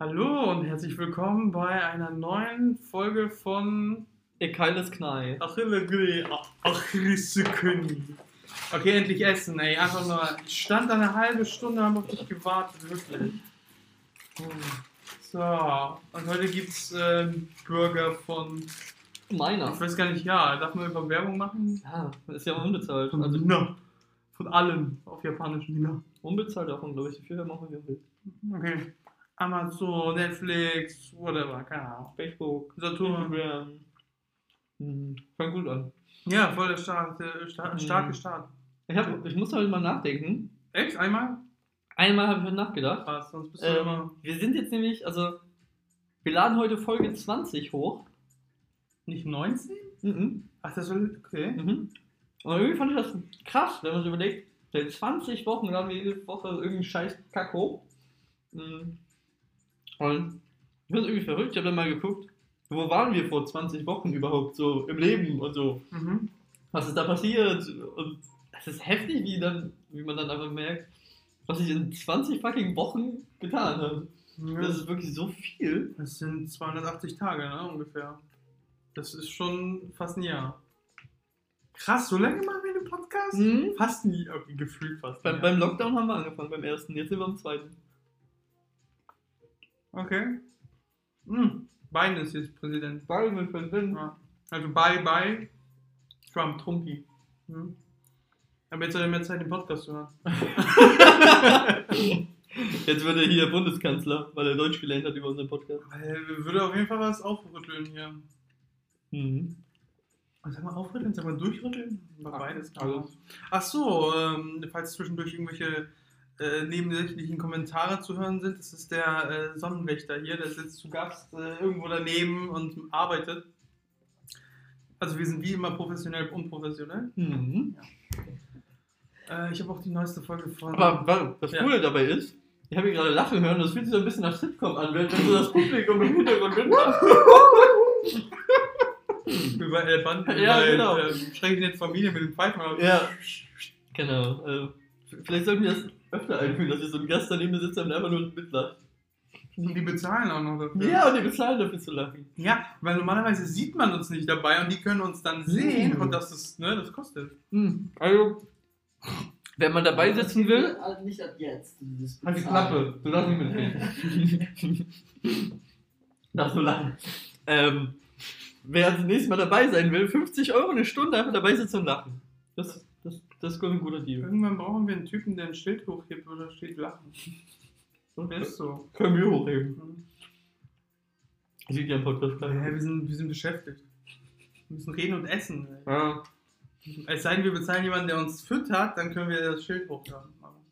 Hallo und herzlich willkommen bei einer neuen Folge von Ekeiles Knall. Achilleskönig. Okay, endlich essen, ey. Einfach nur. Ich stand da eine halbe Stunde, habe auf dich gewartet, wirklich. So, und heute gibt's Burger von. Meiner. Ich weiß gar nicht, ja, darf man über Werbung machen? Ja, ist ja unbezahlt. Von Also Nina. Von allem auf Japanisch Nina. unbezahlt davon, glaube ich. Wie viel machen wir will. Okay. Amazon, Netflix, whatever, keine Ahnung. Facebook, Saturn. Instagram. Fängt gut an. Ja, voll der starke Start. Ich muss heute mal nachdenken. Echt? Einmal? Einmal habe ich heute nachgedacht. Krass, sonst bist du immer. Wir sind jetzt nämlich, wir laden heute Folge 20 hoch. Nicht 19? Mhm. Ach, das soll. Okay. Mhm. Und irgendwie fand ich das krass, wenn man sich überlegt, seit 20 Wochen laden wir jede Woche irgendeinen scheiß Kack hoch. Und ich finde das irgendwie verrückt. Ich habe dann mal geguckt, wo waren wir vor 20 Wochen überhaupt so im Leben und so. Mhm. Was ist da passiert? Und es ist heftig, wie man dann einfach merkt, was sich in 20 fucking Wochen getan hat. Ja. Das ist wirklich so viel. Das sind 280 Tage, ne, ungefähr. Das ist schon fast ein Jahr. Krass, so lange machen wir den Podcast? Mhm. Fast nie, okay, gefühlt fast. nie. Beim Lockdown haben wir angefangen, beim ersten. Jetzt sind wir am zweiten. Okay. Biden ist jetzt Präsident. Ja. Also bye Trump, Trumpi. Aber jetzt hat er mehr Zeit, den Podcast zu hören. Jetzt wird er hier Bundeskanzler, weil er Deutsch gelernt hat über unseren Podcast. Würde auf jeden Fall was aufrütteln hier. Mhm. Sag mal aufrütteln, sag mal durchrütteln? Beides. Alles. Ach so, falls zwischendurch irgendwelche nebensächlichen Kommentare zu hören sind, das ist der Sonnenwächter hier, der sitzt zu Gast irgendwo daneben und arbeitet. Also wir sind wie immer professionell unprofessionell. Mhm. Ich habe auch die neueste Folge von... Aber das Coole dabei ist, ich habe ihn gerade lachen hören, das fühlt sich so ein bisschen nach Sitcom an, wenn so das Publikum im Hintergrund mitmacht. über Band, Ja, genau. Schrecklich nette Familie mit dem Pfeifen. Ja, genau. Vielleicht sollten wir das öfter einführen, dass wir so einen Gast daneben sitzt und einfach nur mitlacht. Und die bezahlen auch noch dafür. Ja, und die bezahlen dafür zu lachen. Ja, weil normalerweise sieht man uns nicht dabei und die können uns dann sehen und das ist, ne, das kostet. Also, wenn man dabei sitzen will, Nicht ab jetzt. halt die Klappe, du darfst nicht mitreden. Darfst du lachen. Wer das nächste Mal dabei sein will, 50 € eine Stunde einfach dabei sitzen und lachen. Das ist ein guter Deal. Irgendwann brauchen wir einen Typen, der ein Schild hochhebt, wo da steht Lachen. Und wer ist so? Können wir hochheben. Sieht ja im Podcast Ja, gleich. wir sind beschäftigt. Wir müssen reden und essen. Ja. Es sei denn, wir bezahlen jemanden, der uns füttert, dann können wir das Schild hochladen.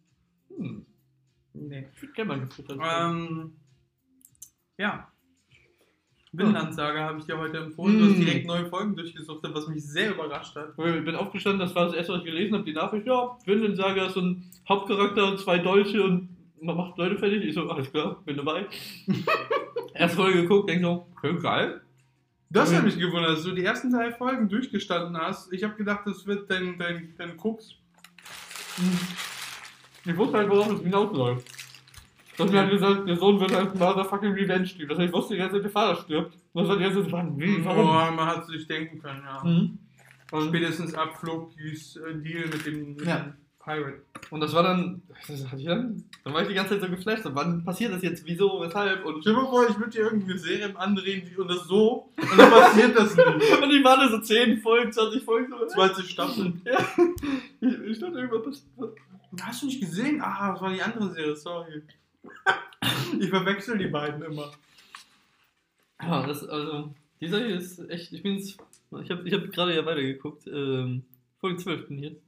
Nee. Ich würde gerne mal gefüttert. Ja. Winlandsage habe ich dir heute empfohlen. Du hast direkt neue Folgen durchgesucht, was mich sehr überrascht hat. Ich bin aufgestanden, das war das erste, was ich gelesen habe, die Nachricht, ja, Vinland-Saga ist so ein Hauptcharakter, 2 Deutsche und man macht Leute fertig. Ich so, alles klar, bin dabei. Erste Folge geguckt, denk so, okay, geil. Das hat mich gewundert, dass du die ersten 3 Folgen durchgestanden hast. Ich habe gedacht, das wird dein Krux. Ich wusste halt, worauf es hinausläuft. Das mir halt gesagt, der Sohn wird halt ein motherfucking Revenge-Typ. Das heißt, ich wusste die ganze Zeit, der Vater stirbt. Und das hat die ganze Zeit, wann, wie, warum? Oh, man hat sich denken können, ja. Mhm. Und spätestens ab Flokis Deal mit dem Pirate. Und das war dann, was hatte ich dann? Dann war ich die ganze Zeit so geflasht. So, wann passiert das jetzt? Wieso? Weshalb? Und Stell dir mal vor, ich würde dir irgendeine Serie andrehen und das so, und dann passiert das nicht. und die waren da so 10 Folgen, 20 Folgen. So. 20 Staffeln. Ja. Ich dachte, irgendwas passiert. Hast du nicht gesehen? Ah, das war die andere Serie, sorry. Ich verwechsel die beiden immer. Ja, die Serie ist echt, ich hab gerade ja weitergeguckt, Folge 12 bin ich jetzt.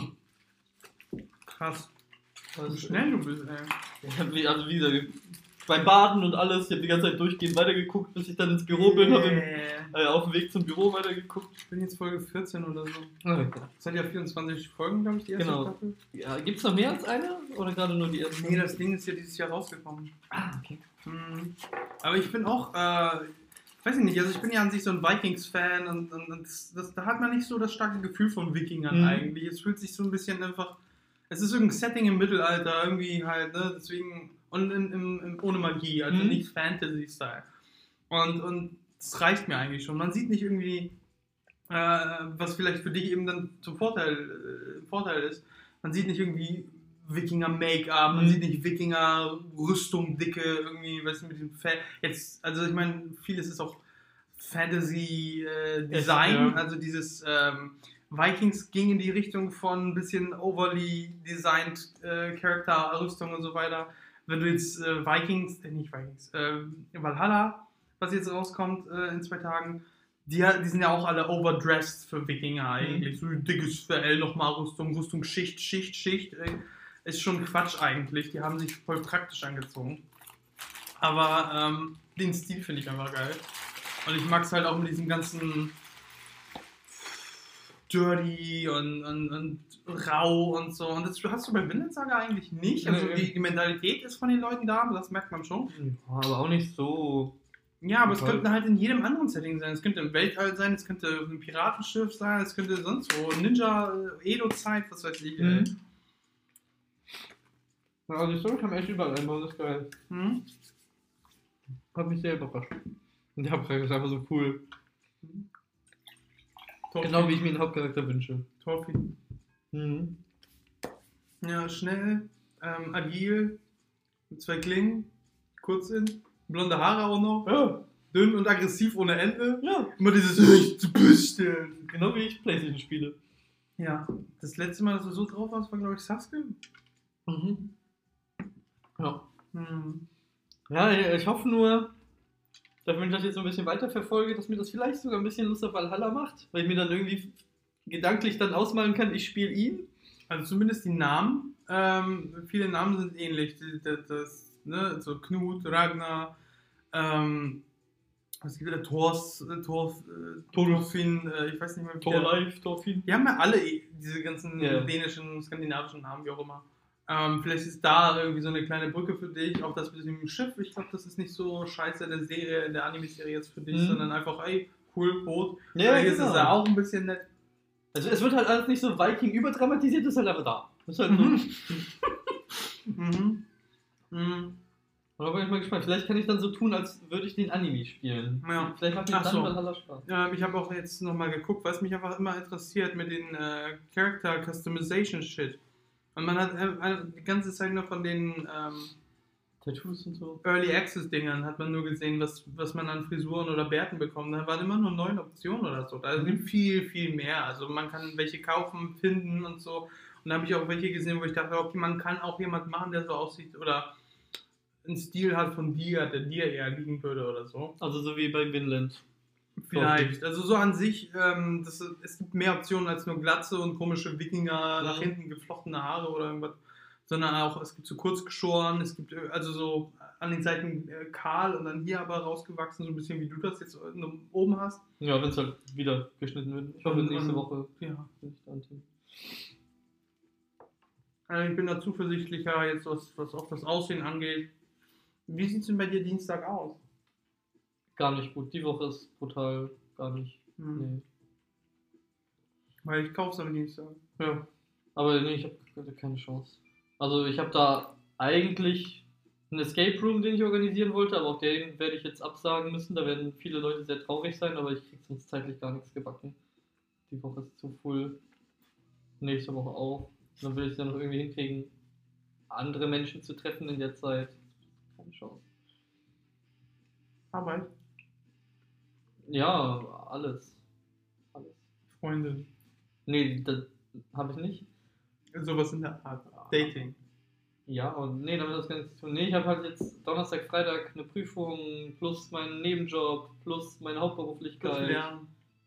Krass. Wie schnell du bist, ey. Ich hab wie gesagt, beim Baden und alles, ich habe die ganze Zeit durchgehend weitergeguckt, bis ich dann ins Büro bin, habe auf dem Weg zum Büro weitergeguckt. Ich bin jetzt Folge 14 oder so. Okay. Es hat ja 24 Folgen, glaube ich, die erste Genau. Staffel. Ja, gibt's noch mehr als eine? Oder gerade nur die erste? Nee, das Ding ist ja dieses Jahr rausgekommen. Ah, okay. Aber ich bin auch, weiß ich nicht, also ich bin ja an sich so ein Vikings-Fan und da hat man nicht so das starke Gefühl von Wikingern eigentlich. Es fühlt sich so ein bisschen einfach, es ist irgendein Setting im Mittelalter, irgendwie halt, ne, deswegen Und ohne Magie, also nicht Fantasy-Style. Und das reicht mir eigentlich schon. Man sieht nicht irgendwie, was vielleicht für dich eben dann zum Vorteil ist. Man sieht nicht irgendwie Wikinger-Make-up, man sieht nicht Wikinger-Rüstung, dicke, irgendwie, weißt du, mit diesem jetzt, also ich meine, vieles ist auch Fantasy-Design, Ja. also dieses Vikings ging in die Richtung von ein bisschen overly designed Charakter-Rüstung und so weiter. Wenn du jetzt Valhalla, was jetzt rauskommt in 2 Tagen, die sind ja auch alle overdressed für Wikinger eigentlich. So ein dickes Fell, nochmal Rüstung, Schicht. Ist schon Quatsch eigentlich. Die haben sich voll praktisch angezogen. Aber den Stil finde ich einfach geil. Und ich mag es halt auch mit diesem ganzen Dirty und rau und so. Und das hast du bei Vinland Saga eigentlich nicht. Also die Mentalität ist von den Leuten da, das merkt man schon. Ja, aber auch nicht so. Ja, aber es könnte halt in jedem anderen Setting sein. Es könnte im Weltall sein, es könnte ein Piratenschiff sein, es könnte sonst wo. Ninja, Edo-Zeit, was weiß ich. Ja, also die Story kam echt überall einbauen, das ist geil. Hat mich sehr überrascht. Und der Hauptcharakter ist einfach so cool. Genau wie ich mir einen Hauptcharakter wünsche. Thorfinn. Ja, schnell, agil, mit 2 Klingen, kurz sind, blonde Haare auch noch. Ja. Dünn und aggressiv ohne Ende. Ja. Immer dieses zu bestellen. Genau wie ich Playstation spiele. Ja. Das letzte Mal, dass du so drauf warst, war glaube ich Sasuke. Ja. Ja, ich hoffe nur, dass wenn ich das jetzt so ein bisschen weiterverfolge, dass mir das vielleicht sogar ein bisschen Lust auf Valhalla macht, weil ich mir dann irgendwie gedanklich dann ausmalen kann, ich spiele ihn. Also zumindest die Namen. Viele Namen sind ähnlich. Ne, so Knut, Ragnar, was gibt es da? Thorfinn, ich weiß nicht mehr. Thorfinn. Die haben ja alle diese ganzen dänischen, skandinavischen Namen, wie auch immer. Vielleicht ist da irgendwie so eine kleine Brücke für dich, auch das mit dem Schiff. Ich glaube, das ist nicht so scheiße in der Anime-Serie jetzt für dich, sondern einfach, ey, cool, Boot. Ja, hier ist es ja auch ein bisschen nett. Also es wird halt alles nicht so Viking überdramatisiert, ist halt aber da. Das ist halt so. Da bin ich mal gespannt. Vielleicht kann ich dann so tun, als würde ich den Anime spielen. Ja. Vielleicht macht mir dann Valhalla Spaß. Ich habe auch jetzt nochmal geguckt, was mich einfach immer interessiert mit den Character Customization Shit. Und man hat die ganze Zeit nur von den Tattoos und so. Early Access Dingern hat man nur gesehen, was man an Frisuren oder Bärten bekommt. Da waren immer nur 9 Optionen oder so. Da gibt viel, viel mehr. Also man kann welche kaufen, finden und so. Und da habe ich auch welche gesehen, wo ich dachte, okay, man kann auch jemand machen, der so aussieht oder einen Stil hat von dir, der dir eher liegen würde oder so. Also so wie bei Vinland. Vielleicht. Also so an sich, es gibt mehr Optionen als nur Glatze und komische Wikinger, nach hinten geflochtene Haare oder irgendwas. Sondern auch, es gibt so kurz geschoren, es gibt also so an den Seiten kahl und dann hier aber rausgewachsen, so ein bisschen wie du das jetzt oben hast. Ja, wenn es halt wieder geschnitten wird. Ich hoffe, nächste Woche ja. bin ich da an Team. Also ich bin da zuversichtlicher, jetzt was auch das Aussehen angeht. Wie sieht es denn bei dir Dienstag aus? Gar nicht gut. Die Woche ist brutal. Gar nicht. Nee. Weil ich kaufe es am Dienstag. Ja. Aber nee, ich habe keine Chance. Also ich habe da eigentlich einen Escape Room, den ich organisieren wollte, aber auch den werde ich jetzt absagen müssen. Da werden viele Leute sehr traurig sein, aber ich kriege sonst zeitlich gar nichts gebacken. Die Woche ist zu full. Nächste Woche auch. Dann will ich es ja noch irgendwie hinkriegen, andere Menschen zu treffen in der Zeit. Keine Chance. Arbeit? Ja, alles. Freundin? Nee, das habe ich nicht. Sowas in der Art. Dating? Ja, und nee, damit hat das gar nichts zu tun. Nee, ich habe halt jetzt Donnerstag, Freitag eine Prüfung plus meinen Nebenjob plus meine Hauptberuflichkeit. Lernen.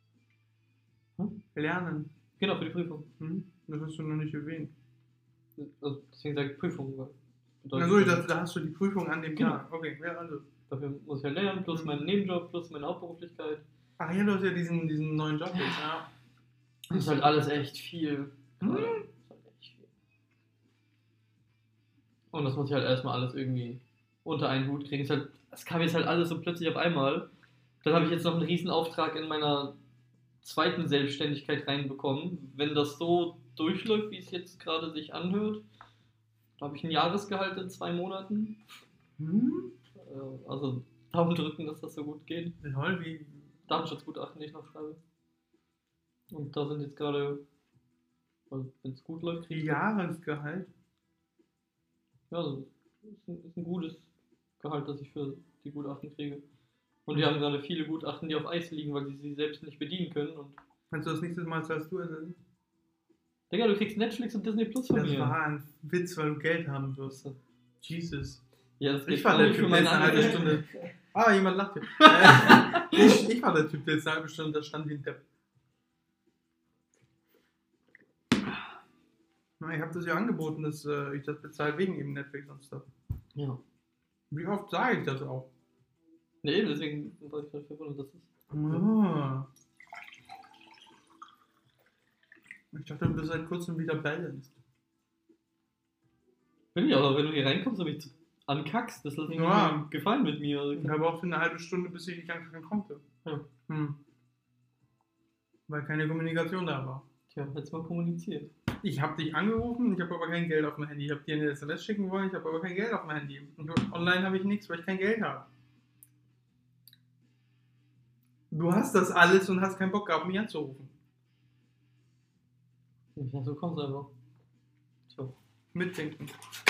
Lernen? Genau, für die Prüfung. Das hast du noch nicht erwähnt. Also, deswegen sage ich Prüfung. Achso, ich dachte, da hast du die Prüfung an dem Tag. Okay, ja, also. Dafür muss ich ja lernen, plus meinen Nebenjob, plus meine Hauptberuflichkeit. Ach ja, du hast ja diesen neuen Job jetzt, ja. Das ist halt alles echt viel. Das ist halt echt viel. Und das muss ich halt erstmal alles irgendwie unter einen Hut kriegen. Es kam jetzt halt alles so plötzlich auf einmal. Dann habe ich jetzt noch einen riesen Auftrag in meiner zweiten Selbstständigkeit reinbekommen. Wenn das so durchläuft, wie es jetzt gerade sich anhört, Da habe ich ein Jahresgehalt in 2 Monaten. Hm? Also Daumen drücken, dass das so gut geht. Toll, wie. Datenschutzgutachten, die ich noch schreibe. Und da sind jetzt gerade, also wenn es gut läuft, kriege ich Jahresgehalt? ja, also, ist ein gutes Gehalt, das ich für die Gutachten kriege. Und die haben gerade viele Gutachten, die auf Eis liegen, weil sie selbst nicht bedienen können. Und Kannst du das nächste Mal zahlst du ersetzen? Digga, du kriegst Netflix und Disney Plus von Das mir. war ein Witz, weil du Geld haben wirst. Jesus. Ja, das geht Ich war der nicht Typ, für der meine jetzt eine halbe andere. Stunde. Jemand lacht hier. Ich war der Typ, der jetzt eine halbe Stunde da stand wie ein Depp. Ich habe das ja angeboten, dass ich das bezahle wegen eben Netflix und Stuff. Ja. Wie oft sage ich das auch? Nee, deswegen war ich gerade verwundert, dass das. Ah. Ich dachte, du bist seit kurzem wieder balanced. Bin ich aber, wenn du hier reinkommst und mich ankackst, das lass mich nicht Ja. mal gefallen mit mir. Also, Ich habe auch für eine halbe Stunde, bis ich nicht anfangen konnte. Ja. Weil keine Kommunikation da war. Tja, hättest mal kommuniziert. Ich habe dich angerufen, ich habe aber kein Geld auf dem Handy. Ich habe dir eine SMS schicken wollen, ich habe aber kein Geld auf dem Handy. Online habe ich nichts, weil ich kein Geld habe. Du hast das alles und hast keinen Bock gehabt, mich anzurufen. Ja, so kommt's einfach. So, Mitdenken.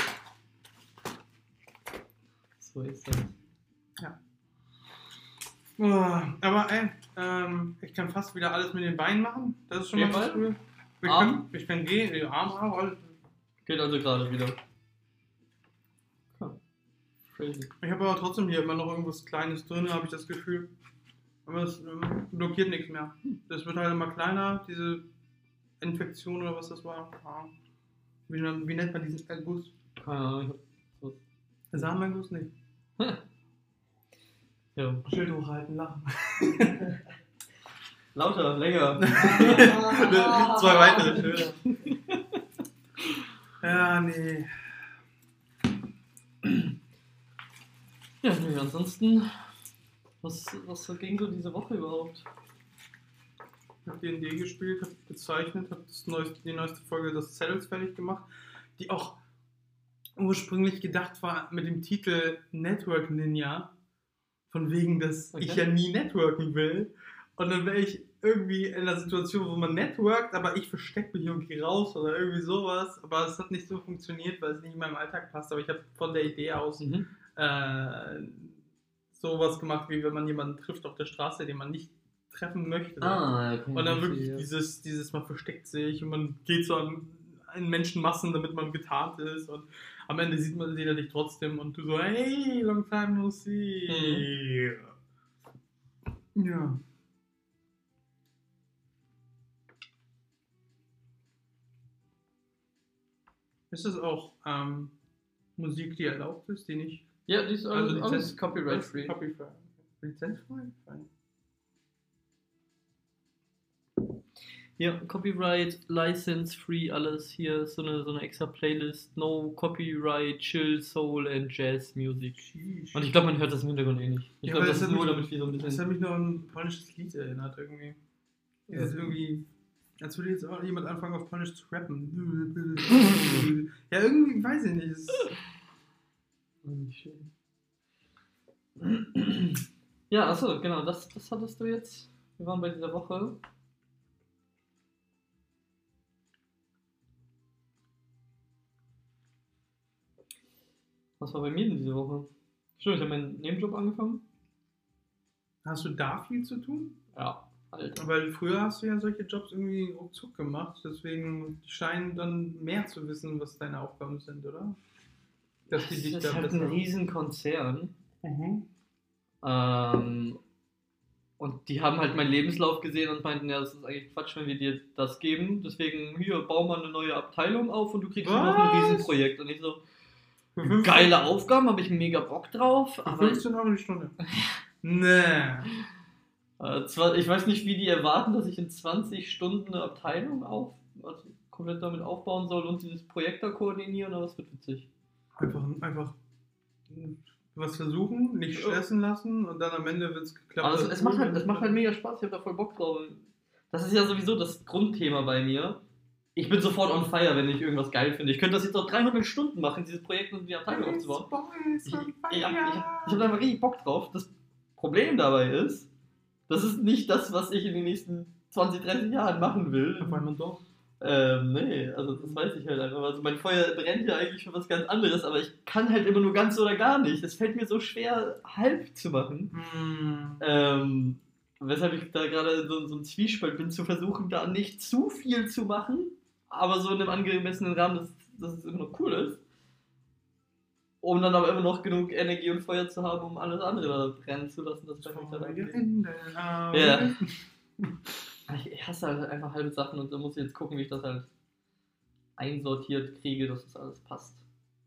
so ist das. Aber ich kann fast wieder alles mit den Beinen machen. Das ist schon mal was cool. Ich kann gehen, die Arme auch, alles. Geht also gerade wieder. Crazy. Ich habe aber trotzdem hier immer noch irgendwas Kleines drin, habe ich das Gefühl. Aber es blockiert nichts mehr. Das wird halt immer kleiner, diese Infektion oder was das war. Ja. Wie nennt man diesen Erguss? Keine Ahnung, ich hab so. Samenerguss nicht. Ja. Schild hochhalten, lachen. Lauter, länger. 2 weitere Schilder. Ja, nee. Ja, nee, ansonsten, was ging so diese Woche überhaupt? Ich habe D&D gespielt, habe gezeichnet, habe die neueste Folge des Zettels fertig gemacht, die auch ursprünglich gedacht war mit dem Titel Network Ninja, von wegen, dass ich ja nie networken will. Und dann wäre ich irgendwie in einer Situation, wo man networkt, aber ich verstecke mich und gehe raus oder irgendwie sowas. Aber es hat nicht so funktioniert, weil es nicht in meinem Alltag passt. Aber ich habe von der Idee aus sowas gemacht, wie wenn man jemanden trifft auf der Straße, den man nicht treffen möchte. Okay. Und dann wirklich dieses man versteckt sich und man geht so in Menschenmassen, damit man getarnt ist und am Ende sieht er dich trotzdem und du so, hey, long time no see. Ja. Ist das auch Musik, die erlaubt ist, die nicht... Ja, die ist Also alles copyright-free. Copyright. Lizenzfrei? Fein. Ja, Copyright, License-free, alles hier, so eine extra Playlist, no Copyright, Chill, Soul and Jazz Music. Und ich glaube, man hört das im Hintergrund eh nicht. Ich Ja, glaube, aber das das ist hat nur, mich- damit wir so ein Das bisschen... hat mich noch an ein polnisches Lied erinnert irgendwie. Das ist irgendwie, als würde jetzt auch jemand anfangen auf Polnisch zu rappen. Ja, irgendwie, weiß ich nicht. Es ist Nicht schön. Ja, achso, genau, das hattest du jetzt. Wir waren bei dieser Woche. Was war bei mir denn diese Woche? Stimmt, ich habe meinen Nebenjob angefangen. Hast du da viel zu tun? Ja, Alter. Weil früher hast du ja solche Jobs irgendwie ruckzuck gemacht, deswegen die scheinen dann mehr zu wissen, was deine Aufgaben sind, oder? Dass die Das dich ist da halt besser... ein Riesenkonzern. Mhm. Und die haben halt meinen Lebenslauf gesehen und meinten, ja, das ist eigentlich Quatsch, wenn wir dir das geben. Deswegen, hier, bau mal eine neue Abteilung auf und du kriegst nur noch ein Was? Riesenprojekt. Und ich so, Für 15 geile Aufgaben, habe ich mega Bock drauf. Für Aber 15 Euro die Stunde. Nee. ich weiß nicht, wie die erwarten, dass ich in 20 Stunden eine Abteilung also komplett damit aufbauen soll und dieses Projekt da koordinieren, aber es wird witzig. Einfach was versuchen, nicht stressen lassen und dann am Ende wird es geklappt. Also es macht halt mega Spaß, ich habe da voll Bock drauf. Das ist ja sowieso das Grundthema bei mir. ich bin sofort on fire, wenn ich irgendwas geil finde. Ich könnte das jetzt auch 300 Stunden machen, dieses Projekt und die Abteilung aufzubauen. Ich hab da mal richtig Bock drauf. Das Problem dabei ist, das ist nicht das, was ich in den nächsten 20, 30 Jahren machen will. Auf einmal doch. Nee, also das weiß ich halt einfach. Also mein Feuer brennt ja eigentlich für was ganz anderes, aber ich kann halt immer nur ganz oder gar nicht. Es fällt mir so schwer, halb zu machen. Weshalb ich da gerade in so einem Zwiespalt bin, zu versuchen, da nicht zu viel zu machen, aber so in einem angemessenen Rahmen, dass es immer noch cool ist. Um dann aber immer noch genug Energie und Feuer zu haben, um alles andere da brennen zu lassen. Das kann ich dann eigentlich. Ja. Ich hasse halt einfach halbe Sachen und da muss ich jetzt gucken, wie ich das halt einsortiert kriege, dass das alles passt.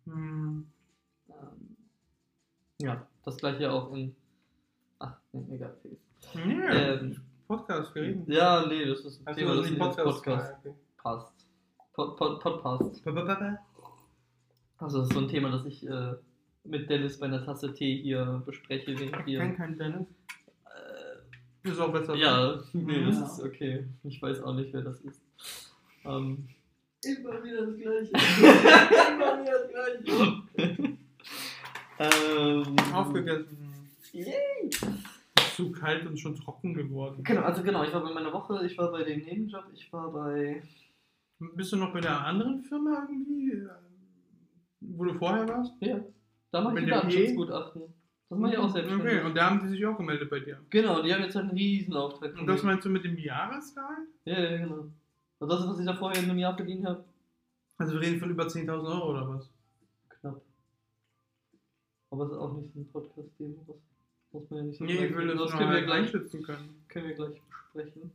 Ja, das gleiche auch in. Ach, nee, egal. Podcast, wir reden. Ja, nee, das ist ein Also Thema, das die nicht ins Podcast okay. passt. Podcast. Also, das ist so ein Thema, das ich mit Dennis bei einer Tasse Tee hier bespreche. Ich kenne keinen Dennis. Ist auch besser. Ja, nee, das ist okay. Ich weiß auch nicht, wer das ist. Immer wieder das Gleiche. Immer wieder das Gleiche. Aufgegessen. Yay! Zu kalt und schon trocken geworden. Genau, ich war bei meiner Woche, ich war bei dem Nebenjob, ich war bei... Bist du noch bei der anderen Firma irgendwie, wo du vorher warst? Ja, da mache ich Datenschutzgutachten. Das mache ich auch selbstständig. Okay, und da haben die sich auch gemeldet bei dir? Genau, die haben jetzt halt einen riesen Auftrag. Und das meinst du mit dem Jahresgehalt? Ja, genau. Und das ist, was ich da vorher in einem Jahr verdient habe. Also wir reden von über 10.000 Euro oder was? Knapp. Aber es ist auch nicht so ein Podcast-Thema, das muss man ja nicht so Nee, ich will das können wir gleich schützen können. Können wir gleich besprechen.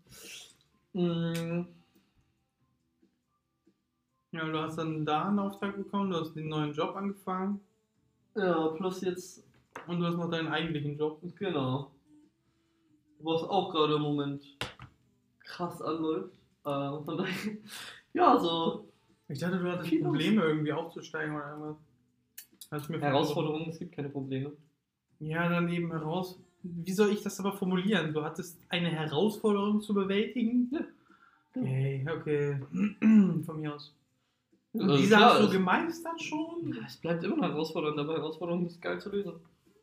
Ja, du hast dann da einen Auftrag bekommen, du hast den neuen Job angefangen. Ja, plus jetzt... Und du hast noch deinen eigentlichen Job. Genau. Was auch gerade im Moment krass anläuft. Von daher, ja, so... Ich dachte, du hattest Probleme irgendwie aufzusteigen oder irgendwas. Herausforderungen, es gibt keine Probleme. Ja, dann eben Wie soll ich das aber formulieren? Du hattest eine Herausforderung zu bewältigen? Ja. Okay. Von mir aus. Und Also diese klar, hast du gemeistert schon? Ja, es bleibt immer herausfordernd, aber Herausforderungen ist geil zu lösen.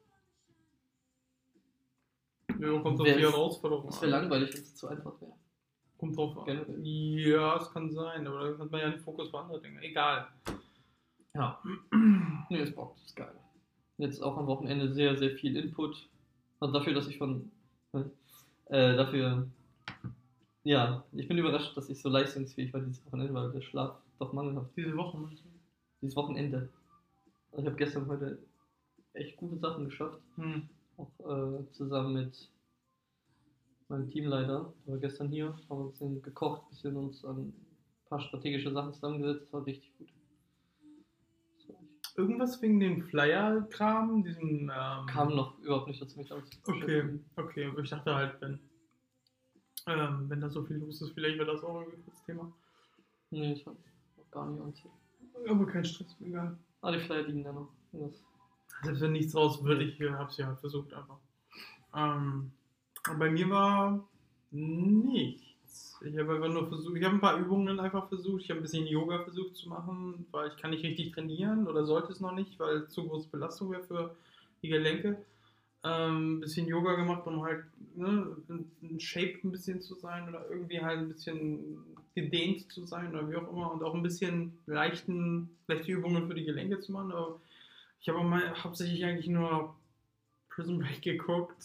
Ja, kommt auf die Herausforderung an. Es wäre langweilig, wenn es zu einfach wäre. Kommt drauf an. Generell. Ja, es kann sein, aber dann hat man ja den Fokus für andere Dinge. Egal. Ja. Nee, es bockt, ist geil. Jetzt auch am Wochenende sehr, sehr viel Input. Also dafür, dass ich ja, ich bin überrascht, dass ich so leistungsfähig war dieses Wochenende, weil der Schlaf doch mangelhaft. Diese Woche meinst du? Dieses Wochenende. Also ich habe gestern heute echt gute Sachen geschafft. Auch zusammen mit meinem Teamleiter. Der war gestern hier, haben uns gekocht, ein bisschen uns an ein paar strategische Sachen zusammengesetzt. Das war richtig gut. Irgendwas wegen dem Flyer-Kram, diesem... Kam noch überhaupt nicht dazu, mich damit zu beschäftigen. Okay, aber ich dachte halt, wenn da so viel los ist, vielleicht wäre das auch irgendwie das Thema. Nee, ich hab noch gar nicht anziehen. Aber kein Stress, egal. Die Flyer liegen da noch. Selbst wenn nichts raus würde, ich hab's ja versucht einfach. Bei mir war nichts. Ich habe einfach nur versucht, ich habe ein paar Übungen einfach versucht, ich habe ein bisschen Yoga versucht zu machen, weil ich kann nicht richtig trainieren oder sollte es noch nicht, weil es zu große Belastung wäre für die Gelenke. Ein bisschen Yoga gemacht, um halt in Shape ein bisschen zu sein oder irgendwie halt ein bisschen gedehnt zu sein oder wie auch immer und auch ein bisschen leichte Übungen für die Gelenke zu machen. Aber ich habe hauptsächlich eigentlich nur Prison Break geguckt,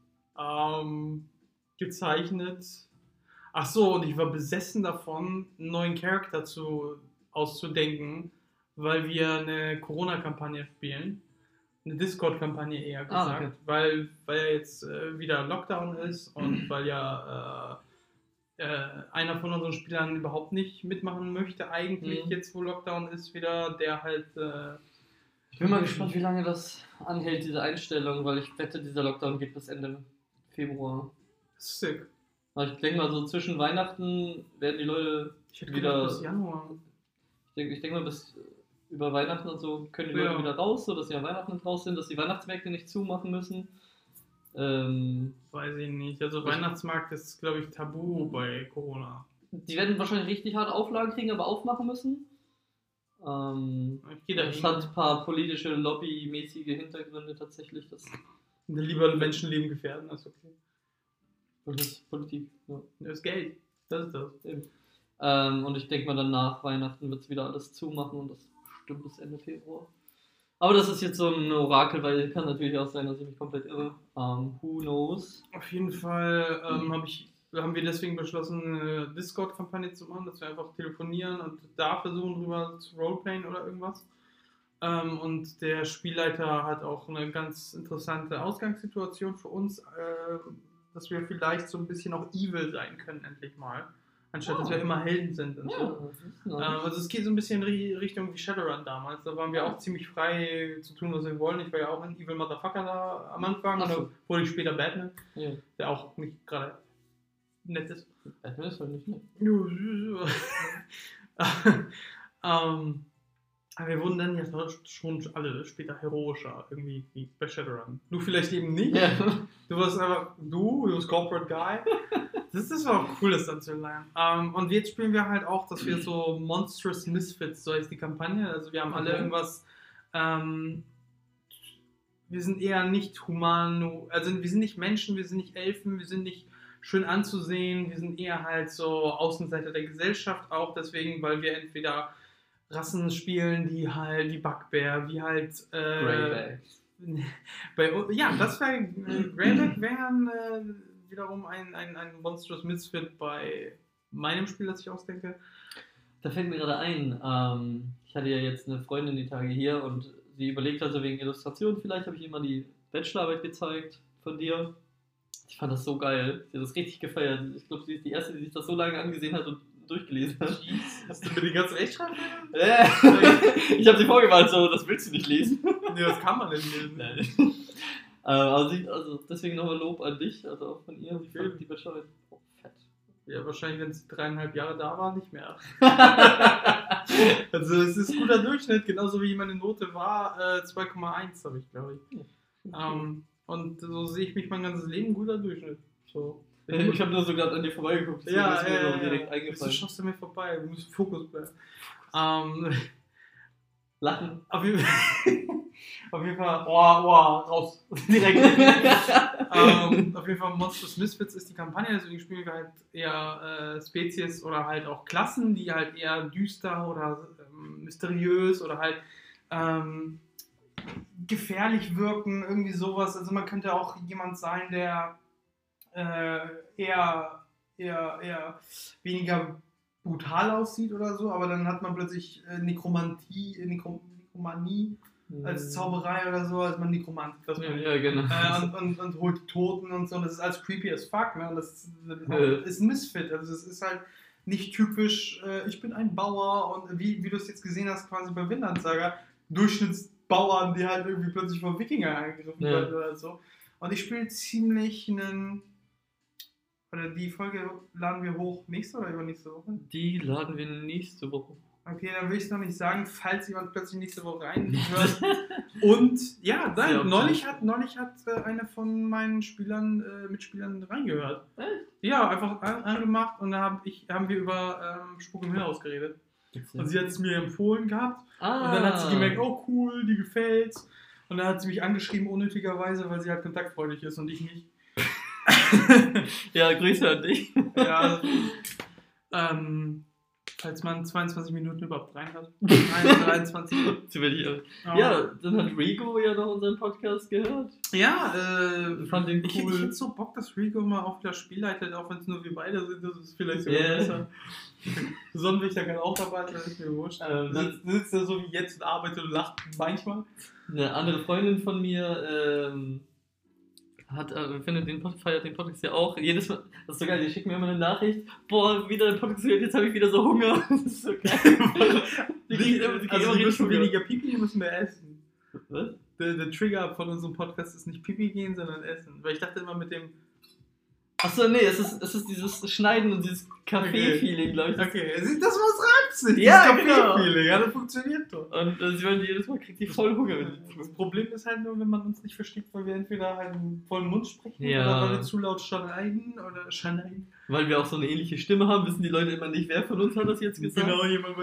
gezeichnet. Ach so, und ich war besessen davon, einen neuen Charakter auszudenken, weil wir eine Corona-Kampagne spielen. Eine Discord-Kampagne eher gesagt, okay. weil ja jetzt wieder Lockdown ist und weil ja einer von unseren Spielern überhaupt nicht mitmachen möchte, eigentlich jetzt wo Lockdown ist wieder, der halt... ich bin mal gespannt, wie lange das anhält, diese Einstellung, weil ich wette, dieser Lockdown geht bis Ende Februar. Sick. Ich denke mal, so zwischen Weihnachten werden die Leute wieder... bis Januar. Ich denke mal, bis über Weihnachten und so können die Leute wieder raus, so dass sie an Weihnachten raus sind, dass die Weihnachtsmärkte nicht zumachen müssen. Weiß ich nicht. Also Weihnachtsmarkt ist, glaube ich, tabu bei Corona. Die werden wahrscheinlich richtig hart Auflagen kriegen, aber aufmachen müssen. Ich gehe da Das hat ein paar politische, lobbymäßige Hintergründe tatsächlich. Das lieber Menschenleben gefährden, das ist okay. ist Politik. Ja. Das ist Geld. Das ist das. Und ich denke mal, dann nach Weihnachten wird es wieder alles zumachen und das bestimmt bis Ende Februar. Aber das ist jetzt so ein Orakel, weil kann natürlich auch sein, dass ich mich komplett irre. Who knows? Auf jeden Fall haben wir deswegen beschlossen, eine Discord-Kampagne zu machen, dass wir einfach telefonieren und da versuchen, drüber zu roleplayen oder irgendwas. Und der Spielleiter hat auch eine ganz interessante Ausgangssituation für uns, dass wir vielleicht so ein bisschen auch evil sein können, endlich mal. Anstatt dass wir immer Helden sind und so. Ja, Also es geht so ein bisschen Richtung wie Shadowrun damals. Da waren wir auch ziemlich frei zu tun, was wir wollen. Ich war ja auch ein Evil Motherfucker da am Anfang. Ach so. Oder wurde ich später Batman, ja. der auch nicht gerade nett ist. Batman ist halt nicht nett. Aber wir wurden dann ja schon alle später heroischer, irgendwie wie bei Shadowrun. Du vielleicht eben nicht. Ja. Du warst einfach, du bist Corporate Guy. Das war auch cool, das dann zu lernen. Und jetzt spielen wir halt auch, dass wir so Monstrous Misfits, so heißt die Kampagne. Also wir haben alle irgendwas, wir sind eher nicht human, also wir sind nicht Menschen, wir sind nicht Elfen, wir sind nicht schön anzusehen, wir sind eher halt so Außenseiter der Gesellschaft auch deswegen, weil wir entweder Rassen spielen, die halt wie Bugbear, wie halt Greyback. Ja, das wäre Greyback wären wiederum ein Monstrous Misfit bei meinem Spiel, das ich ausdenke. Da fällt mir gerade ein, ich hatte ja jetzt eine Freundin die Tage hier und sie überlegt also wegen Illustration, vielleicht habe ich ihr mal die Bachelorarbeit gezeigt von dir. Ich fand das so geil, sie hat das richtig gefeiert. Ich glaube, sie ist die Erste, die sich das so lange angesehen hat und durchgelesen hat. Hast du mir die ganze Rechtschreibung? Ich habe sie vorgemalt, so, das willst du nicht lesen. Nee, das kann man nicht lesen. Nein. Also deswegen nochmal Lob an dich, also auch von ihr. Sie fand die Bachelorarbeit fett. Ja, wahrscheinlich, wenn es 3,5 Jahre da war, nicht mehr. Also es ist ein guter Durchschnitt, genauso wie meine Note war, 2,1 habe ich, glaube ich. Und so sehe ich mich mein ganzes Leben, guter Durchschnitt. So. Ich habe nur so gerade an dir vorbeigeguckt, deswegen ist mir so direkt eingefallen. Du schaffst du mir vorbei, du musst Fokus bleiben. Lachen. Auf jeden Fall, raus. Direkt. Auf jeden Fall, Monstrous Misfits ist die Kampagne, deswegen spielen wir halt eher Spezies oder halt auch Klassen, die halt eher düster oder mysteriös oder halt gefährlich wirken, irgendwie sowas. Also man könnte auch jemand sein, der eher weniger brutal aussieht oder so, aber dann hat man plötzlich Nekromanie als Zauberei oder so, als man Nekromant. Ja, genau. Und holt die Toten und so, und das ist alles creepy as fuck, ne? Und das ist ein Misfit, also es ist halt nicht typisch, ich bin ein Bauer und wie du es jetzt gesehen hast, quasi bei Vinland Saga, Durchschnittsbauern, die halt irgendwie plötzlich von Wikinger angegriffen werden oder so. Und ich spiele ziemlich die Folge laden wir hoch nächste oder übernächste Woche? Die laden wir nächste Woche. Okay, dann will ich es noch nicht sagen, falls jemand plötzlich nächste Woche reinhört. Und ja, nein, neulich hat eine von meinen Mitspielern reingehört. Echt? Ja, einfach angemacht und da haben wir über Spuk im Hinaus geredet. Und sie hat es mir empfohlen gehabt. Und dann hat sie gemerkt, oh cool, die gefällt's. Und dann hat sie mich angeschrieben, unnötigerweise, weil sie halt kontaktfreudig ist und ich nicht. Ja, Grüße an dich. Ja, falls man 22 Minuten überhaupt rein hat. 23. Ja, dann hat Rigo ja noch unseren Podcast gehört. Ja, fand den ich cool. hätte so Bock, dass Rigo mal auch wieder Spiel leitet, auch wenn es nur wir beide sind, das ist vielleicht sogar besser. Sonnenwächter kann auch dabei sein, das ist mir wurscht. Sitzt er so wie jetzt und arbeitet und lacht manchmal. Eine andere Freundin von mir feiert den Podcast ja auch. Jedes Mal, das ist so geil, die schicken mir immer eine Nachricht, boah, wieder ein Podcast gehört, jetzt habe ich wieder so Hunger. Das ist so geil. Die müssen weniger Pipi, die müssen mehr essen. Was? Der Trigger von unserem Podcast ist nicht Pipi gehen, sondern Essen. Weil ich dachte immer mit dem Achso, nee, es ist dieses Schneiden und dieses Kaffee-Feeling, glaube ich. Okay, das was reizt sich. Ja, dieses Kaffee-Feeling. Ja, das funktioniert doch. Und sie wollen jedes Mal, kriegt die voll Hunger. Das Problem ist halt nur, wenn man uns nicht versteht, weil wir entweder halt einen vollen Mund sprechen Ja. oder weil wir zu laut schreien oder schreien. Weil wir auch so eine ähnliche Stimme haben, wissen die Leute immer nicht, wer von uns hat das jetzt gesagt. Genau, jemand.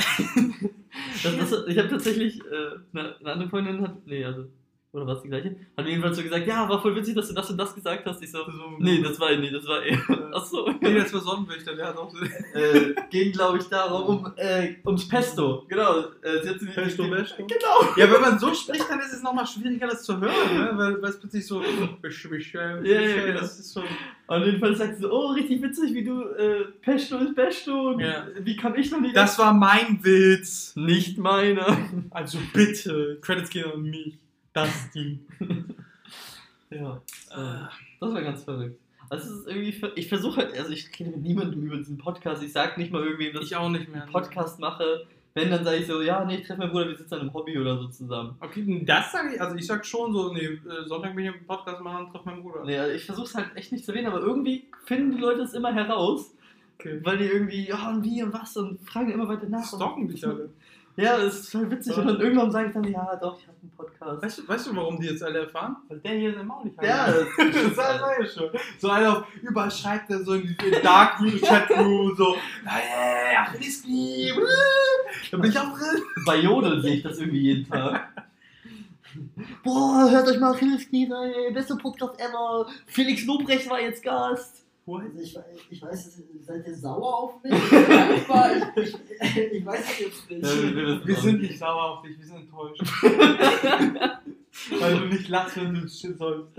Ich habe tatsächlich, eine andere Freundin oder war es die gleiche? Hat mir jedenfalls so gesagt, ja, war voll witzig, dass du das und das gesagt hast. Ich so, nee, das war er. Achso. Nee, das war Sonnenwächter, der hat auch so... Ging, glaube ich, darum, ums Pesto. Genau. Sie hat Pesto. Genau. Ja, wenn man so spricht, dann ist es nochmal schwieriger, das zu hören, ne? Weil es plötzlich so... Genau. Das ist so... Und jedenfalls sagt sie so, oh, richtig witzig, wie du Pesto ist Pesto. Und Ja. wie kann ich noch nicht... Das war mein Witz. nicht meiner. Also bitte, Credits gehen an mich. Das Ding. Ja. Das war ganz verrückt. Also es ist irgendwie, ich versuche halt, also ich rede mit niemandem über diesen Podcast, ich sage nicht mal irgendwem, dass Ich auch nicht mehr. einen Podcast mache. Wenn, dann sage ich so, ja, nee, ich treffe meinen Bruder, wir sitzen an einem Hobby oder so zusammen. Okay, das sage ich, also ich sag schon so, nee, Sonntag bin ich im Podcast machen und treffe meinen Bruder. Nee, also ich versuche es halt echt nicht zu erwähnen, aber irgendwie finden die Leute es immer heraus, Okay. weil die irgendwie, ja, und wie und was und fragen immer weiter nach. Stalken dich alle. Ja, das ist voll witzig. Ja. Und dann irgendwann sage ich dann, ja, doch, ich habe einen Podcast. Weißt du, warum die jetzt alle erfahren? Weil der hier im auch nicht hat. Ja, das sag ich schon. So einer auf, überall schreibt er so in die Dark Chat Room so, hey, Achilles-Knie, da bin ich auch drin. Bei Jodel sehe ich das irgendwie jeden Tag. Boah, hört euch mal Achilles-Knie rein, ey, beste Podcast ever. Felix Lobrecht war jetzt Gast. Also ich weiß, seid ihr sauer auf mich? ich weiß es jetzt nicht. Wir sind nicht sauer auf dich, wir sind enttäuscht. Weil du nicht lachst, wenn du Shit sollst.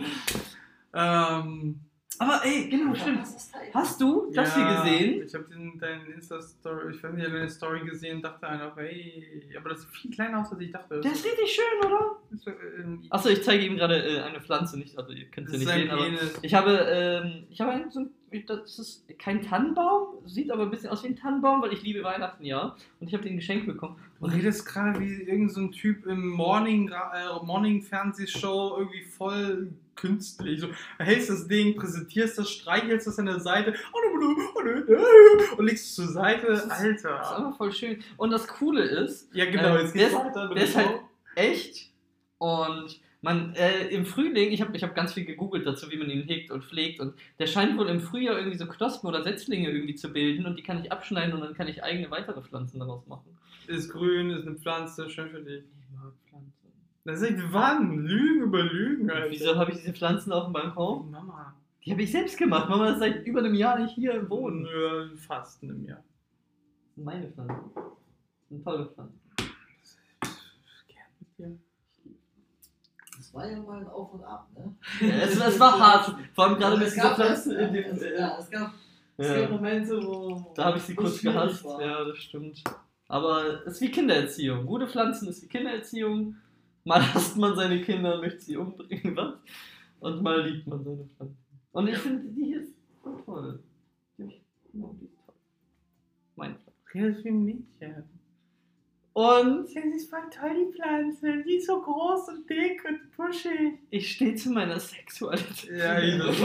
Aber ey, genau, stimmt. Hast du das hier gesehen? Ich habe deine Insta-Story, ich weiß nicht, deine Story gesehen, dachte einfach, ey, aber das sieht viel kleiner aus, als ich dachte. Der ist richtig schön, oder? Achso, ich zeige ihm gerade eine Pflanze, nicht, also ihr könnt sie nicht sehen, aber ich habe einen, das ist kein Tannenbaum, sieht aber ein bisschen aus wie ein Tannenbaum, weil ich liebe Weihnachten, ja. Und ich habe den geschenkt bekommen. Du redest gerade wie irgend so ein Typ im Morning-Fernsehshow, irgendwie voll künstlich. So, hältst das Ding, präsentierst das, streichelst das an der Seite und legst es zur Seite. Das ist Alter. einfach voll schön. Und das Coole ist, Ja, genau, jetzt geht's weiter. der ist halt echt und man, im Frühling, ich hab ganz viel gegoogelt dazu, wie man ihn hegt und pflegt und der scheint wohl im Frühjahr irgendwie so Knospen oder Setzlinge irgendwie zu bilden und die kann ich abschneiden und dann kann ich eigene weitere Pflanzen daraus machen. Ist grün, ist eine Pflanze, schön für dich. Ich mag Pflanzen. Das ist echt wann? Lügen über Lügen, Alter. Wieso habe ich diese Pflanzen auf dem Balkon? Mama. Die habe ich selbst gemacht. Mama ist seit über einem Jahr nicht hier im Wohnen. Nö, fast einem Jahr. Das sind meine Pflanzen. Das sind tolle Pflanzen. Gern mit dir. Das war ja mal ein Auf und Ab, ne? Ja, es war hart. Vor allem gerade mit Es dieser gab Pflanzen in dem. es gab Momente, wo. Da habe ich sie wo es kurz schwierig gehasst. war. Ja, das stimmt. Aber es ist wie Kindererziehung. Gute Pflanzen ist wie Kindererziehung. Mal hasst man seine Kinder und möchte sie umbringen, was? Und mal liebt man seine Pflanzen. Und ich finde, die hier ist voll toll. Die ist toll. Meine Pflanze. Redest wie ein Mädchen. Und Das ist voll toll, die Pflanze. Die ist so groß und dick und puschig. ich stehe zu meiner Sexualität. Ja, das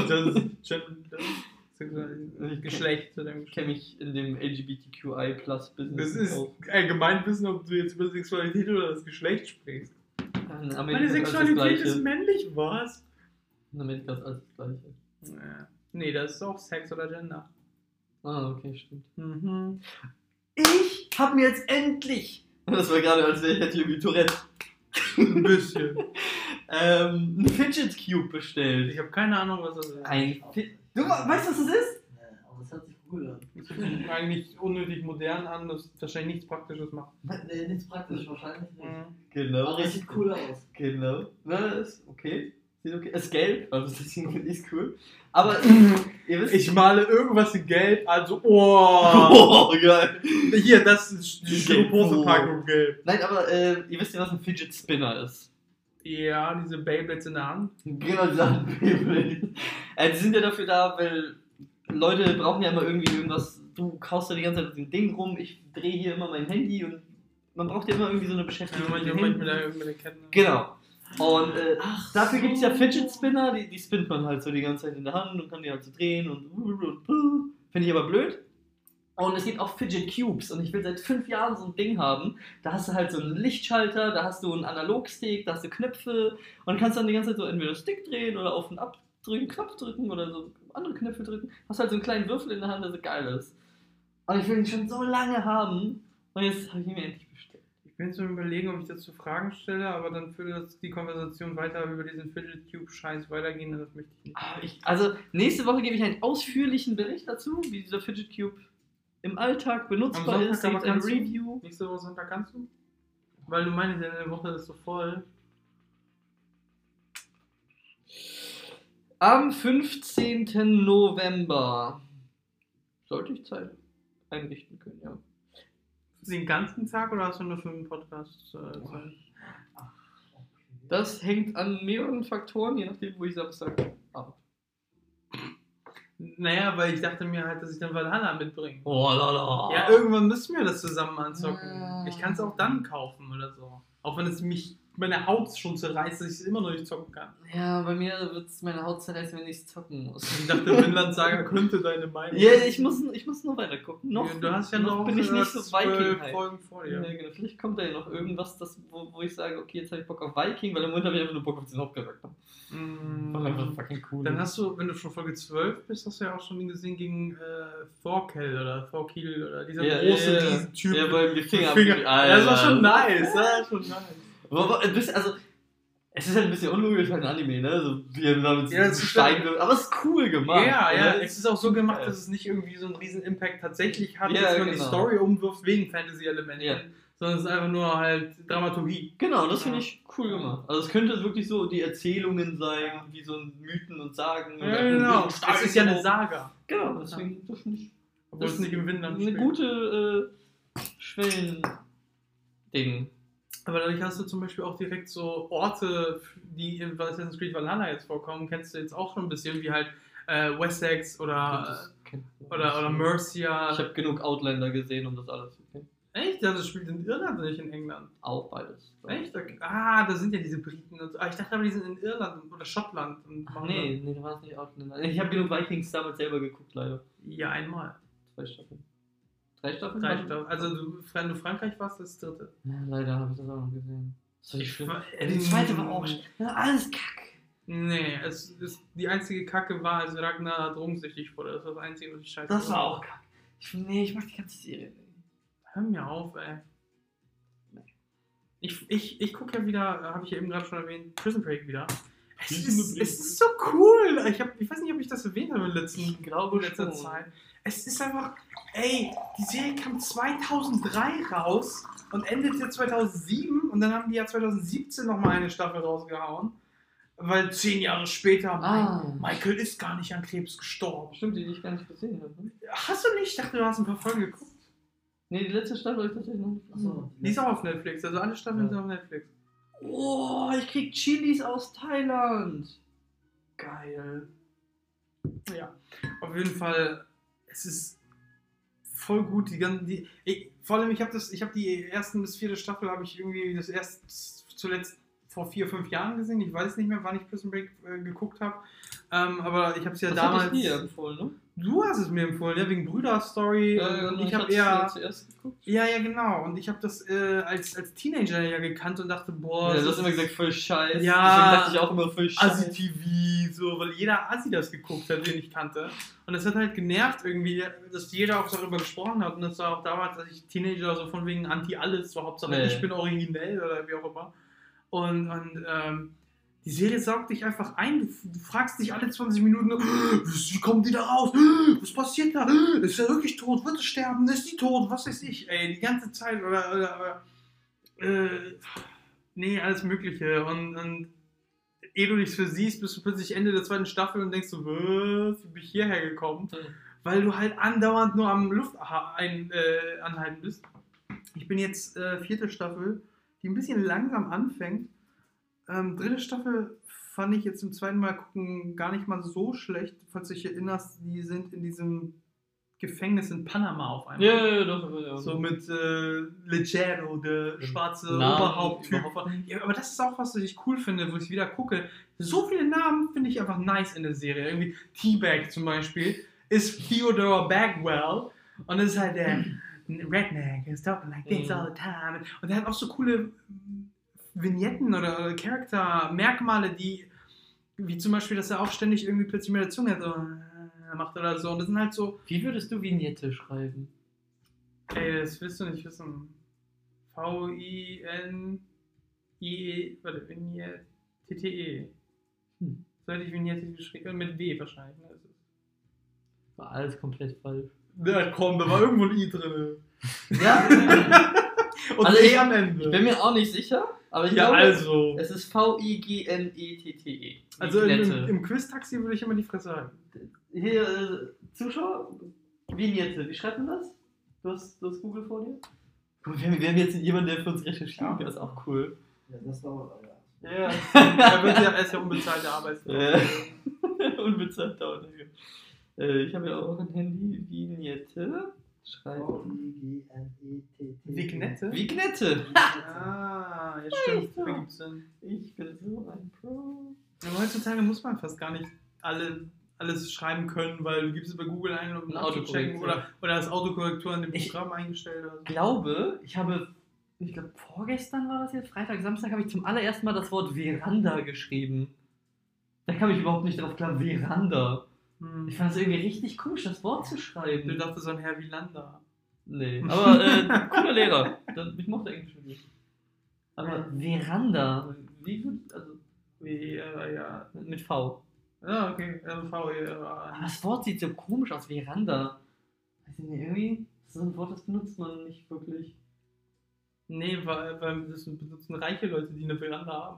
ist Geschlecht zu deinem Ich kenne mich in dem LGBTQI-Plus-Business Das ist aus. allgemein wissen, ob du jetzt über Sexualität oder das Geschlecht sprichst. In Amerika Meine ist alles das Sexualität ist Gleiche. männlich, was? In Amerika ist alles das Gleiche. Ja. Nee, das ist auch Sex oder Gender. Ah, okay, stimmt. Mhm. Ich habe mir jetzt endlich, das war gerade, als wäre ich hätte irgendwie Tourette, Ein bisschen. ein Fidget Cube bestellt. Ich habe keine Ahnung, was das ist. Du weißt, was das ist? Nee, aber es hat sich cool an. Das hört sich eigentlich unnötig modern an, das wahrscheinlich nichts Praktisches macht. Nee, nichts praktisch, wahrscheinlich nicht. Genau. Aber es sieht cool aus. Genau. Na, ist okay. Sieht okay. Ist gelb, also das ist cool. Aber ihr wisst. Ich male irgendwas in Gelb, also oh! Oh, geil. Hier, das ist die Gelb. Styroporverpackung Gelb. Nein, aber ihr wisst ja, was ein Fidget Spinner ist. Ja, diese Beyblades in der Hand. Genau, die Sachen. Die sind ja dafür da, weil Leute brauchen ja immer irgendwie irgendwas. Du kaufst da die ganze Zeit mit dem Ding rum, ich drehe hier immer mein Handy und man braucht ja immer irgendwie so eine Beschäftigung. Ja, mit den manchmal Händen. mit der Kette. Genau. Und dafür gibt es ja Fidget Spinner, die spinnt man halt so die ganze Zeit in der Hand und kann die halt so drehen und finde ich aber blöd. Und es gibt auch Fidget Cubes und ich will seit 5 Jahren so ein Ding haben. Da hast du halt so einen Lichtschalter, da hast du einen Analogstick, da hast du Knöpfe und kannst dann die ganze Zeit so entweder Stick drehen oder auf den Knopf drücken oder so andere Knöpfe drücken. Hast halt so einen kleinen Würfel in der Hand, der so geil ist. Und ich will ihn schon so lange haben und jetzt habe ich ihn mir endlich bestellt. Ich bin so überlegen, ob ich dazu Fragen stelle, aber dann würde das die Konversation weiter über diesen Fidget Cube Scheiß weitergehen und das möchte ich nicht. Also nächste Woche gebe ich einen ausführlichen Bericht dazu, wie dieser Fidget Cube im Alltag benutzbar ist. Aber ein Review. Nächste Woche Sonntag kannst du? Weil du meinst, ja, eine Woche ist so voll. Am 15. November sollte ich Zeit einrichten können, ja. Den ganzen Tag oder hast du nur für einen Podcast Zeit? Das hängt an mehreren Faktoren, je nachdem, wo ich Samstag arbeite. Naja, weil ich dachte mir halt, dass ich dann Valhalla mitbringe. Oh lala. Ja, irgendwann müssen wir das zusammen anzocken. Ja. Ich kann es auch dann kaufen oder so. Auch wenn es mich meine Haut schon zerreißt, dass ich es immer noch nicht zocken kann. Ja, bei mir wird es meine Haut zerreißen, wenn ich es zocken muss. Ich dachte, Vinland Saga könnte deine Meinung. Ja, ich muss nur weiter gucken. Noch, Ja, du hast ja noch noch bin ich nicht so 12 Viking. Folgen vor dir. Ja, genau. Vielleicht kommt da ja noch irgendwas, wo ich sage, okay, jetzt habe ich Bock auf Viking, weil im Moment habe ich einfach nur Bock auf den Hauptcharakter. Weil einfach fucking cool. Dann hast du, wenn du schon Folge 12 bist, hast du ja auch schon gesehen gegen Thorkel oder Thorkel oder dieser große Riesentyp. Ja, weil die Finger. Ja, das war schon nice. Das war schon nice. Also, es ist halt ein bisschen unlogisch, halt ein Anime, ne? So, wie er da mit Ja, so Steinen, aber es ist cool gemacht. Ja, oder? ja, es ist auch so gemacht, dass es nicht irgendwie so einen riesen Impact tatsächlich hat, Ja, dass man genau. die Story umwirft wegen Fantasy-Elementen, Ja. sondern es ist einfach nur halt Dramaturgie. Genau, das finde ich cool gemacht. Also es könnte wirklich so die Erzählungen sein, wie so ein Mythen und Sagen. Ja, genau. Es ist ja eine Saga. Genau, deswegen, das finde ich Obwohl es nicht im Winland eine spielt. gute Schwellen-Ding. Aber dadurch hast du zum Beispiel auch direkt so Orte, die in Assassin's Creed Valhalla jetzt vorkommen, kennst du jetzt auch schon ein bisschen, wie halt Wessex oder Mercia. Ich habe genug Outlander gesehen, um das alles zu kennen. Echt? Also das spielt in Irland und nicht in England. Auch beides. Echt? Okay. Ah, da sind ja diese Briten und so. Ah, ich dachte aber, die sind in Irland oder Schottland. Und Ach, nee, da war es nicht Outlander. Ich habe genug Vikings damals selber geguckt, leider. Ja, einmal. 2 Staffeln. 3 Staffeln? 3 Staffeln. Also, wenn du Frankreich warst, das 3. Ja, leider habe ich das auch noch gesehen. Das war nicht schlimm. Die Die zweite war auch alles Kack. Nee, die einzige Kacke war, als Ragnar drogensüchtig wurde. Das war das einzige, was ich scheiße Das war auch Kack. Ich mach die ganze Serie nicht. Hör mir auf, ey. Ich gucke ja wieder, habe ich ja eben gerade schon erwähnt, Prison Break wieder. Es ist so cool. Ich weiß nicht, ob ich das erwähnt habe in letzter Zeit. Es ist einfach, ey, die Serie kam 2003 raus und endet ja 2007 und dann haben die ja 2017 nochmal eine Staffel rausgehauen. Weil 10 Jahre später, Michael ist gar nicht an Krebs gestorben. Stimmt, die ich gar nicht gesehen habe. Ne? Hast du nicht? Ich dachte, du hast ein paar Folgen geguckt. Nee, die letzte Staffel habe ich tatsächlich noch nicht gesehen. Achso. Die ist auch auf Netflix, also alle Staffeln sind auf Netflix. Oh, ich krieg Chilis aus Thailand. Geil. Ja, auf jeden Fall, es ist voll gut. Vor allem, ich habe die ersten bis 4. Staffel habe ich irgendwie zuletzt vor 4-5 Jahren gesehen. Ich weiß nicht mehr, wann ich Prison Break geguckt habe. Aber ich habe es ja das damals. Das dir empfohlen, ne? Du hast es mir empfohlen, ja, wegen Brüder-Story. Und ich habe zuerst geguckt. Ja, genau. Und ich habe das als Teenager ja gekannt und dachte, boah. Ja, du hast immer gesagt, voll scheiße. Ja, deswegen dachte ich auch immer voll scheiße. Assi-TV, so, weil jeder Assi das geguckt hat, den ich kannte. Und das hat halt genervt irgendwie, dass jeder auch darüber gesprochen hat. Und das war auch damals, als ich Teenager so von wegen Anti-Alles, so Hauptsache ich bin originell oder wie auch immer. Und die Serie saugt dich einfach ein. Du fragst dich alle 20 Minuten, wie kommen die da raus? Was passiert da? Ist er wirklich tot? Wird er sterben? Ist die tot? Was weiß ich? Ey, die ganze Zeit nee, alles Mögliche. Und ehe du nichts versiehst, bist du plötzlich Ende der 2. Staffel und denkst so, was? Wie bin ich hierher gekommen? Weil du halt andauernd nur am Luft anhalten bist. Ich bin jetzt 4. Staffel, die ein bisschen langsam anfängt. 3. Staffel fand ich jetzt im 2. Mal gucken gar nicht mal so schlecht, falls du dich erinnerst, die sind in diesem Gefängnis in Panama auf einmal. Ja, doch. Ja. So mit Leggero, der schwarze Namen Oberhaupttyp. überhaupt nicht. Ja, aber das ist auch, was ich cool finde, wo ich wieder gucke. So viele Namen finde ich einfach nice in der Serie. Irgendwie T-Bag zum Beispiel ist Theodore Bagwell und das ist halt der Redneck, he's talking like this all the time. Und der hat auch so coole Vignetten oder Charakter-Merkmale, die, wie zum Beispiel, dass er auch ständig irgendwie plötzlich mit der Zunge so macht oder so. Und das sind halt so, Wie würdest du Vignette schreiben? ey, das willst du nicht wissen. V-I-N-I-E, warte, Vignette, T-T-E. So hätte ich Vignette geschrieben, mit W wahrscheinlich. Ne? War alles komplett falsch. Ja, komm, da war irgendwo ein I drin. Ja, Und Also E am Ende. ich bin mir auch nicht sicher, aber ich ja, glaube, also. es ist V-I-G-N-E-T-T-E. Also Vignette. im Quiz-Taxi würde ich immer die Fresse halten. Hier, Zuschauer, Vignette, wie schreibt man das? Du hast Google vor dir? Guck mal, wir haben jetzt jemanden, der für uns recherchiert, das ist auch cool. Ja, das dauert aber. Ja, er ist ja unbezahlte Arbeitskraft. Unbezahlt dauert. Ich habe ja auch ein Handy, Vignette. Schreiben. Vignette. Vignette! Ah, ja stimmt. so. Da gibt's Sinn. Ich bin so ein Pro. Aber heutzutage muss man fast gar nicht alles schreiben können, weil du gibst es bei Google ein, um Ein nachzuchecken Autokorrektur. oder das Autokorrektur in dem Programm eingestellt oder so. Ich glaube, vorgestern war das jetzt, Freitag, Samstag, habe ich zum allerersten Mal das Wort Veranda geschrieben. Da kam ich überhaupt nicht drauf klar, Veranda. Ich fand es irgendwie richtig komisch, das Wort zu schreiben. Du dachtest an Herr Wielander. Nee, aber cooler Lehrer. Ich mochte Englisch nicht. Aber Veranda, wie wird, also Ja. mit V. Ah, okay. Aber das Wort sieht so komisch aus, Veranda. Weiß ich nicht, irgendwie, so ein Wort, das benutzt man nicht wirklich. Nee, weil das benutzen reiche Leute, die eine Veranda haben.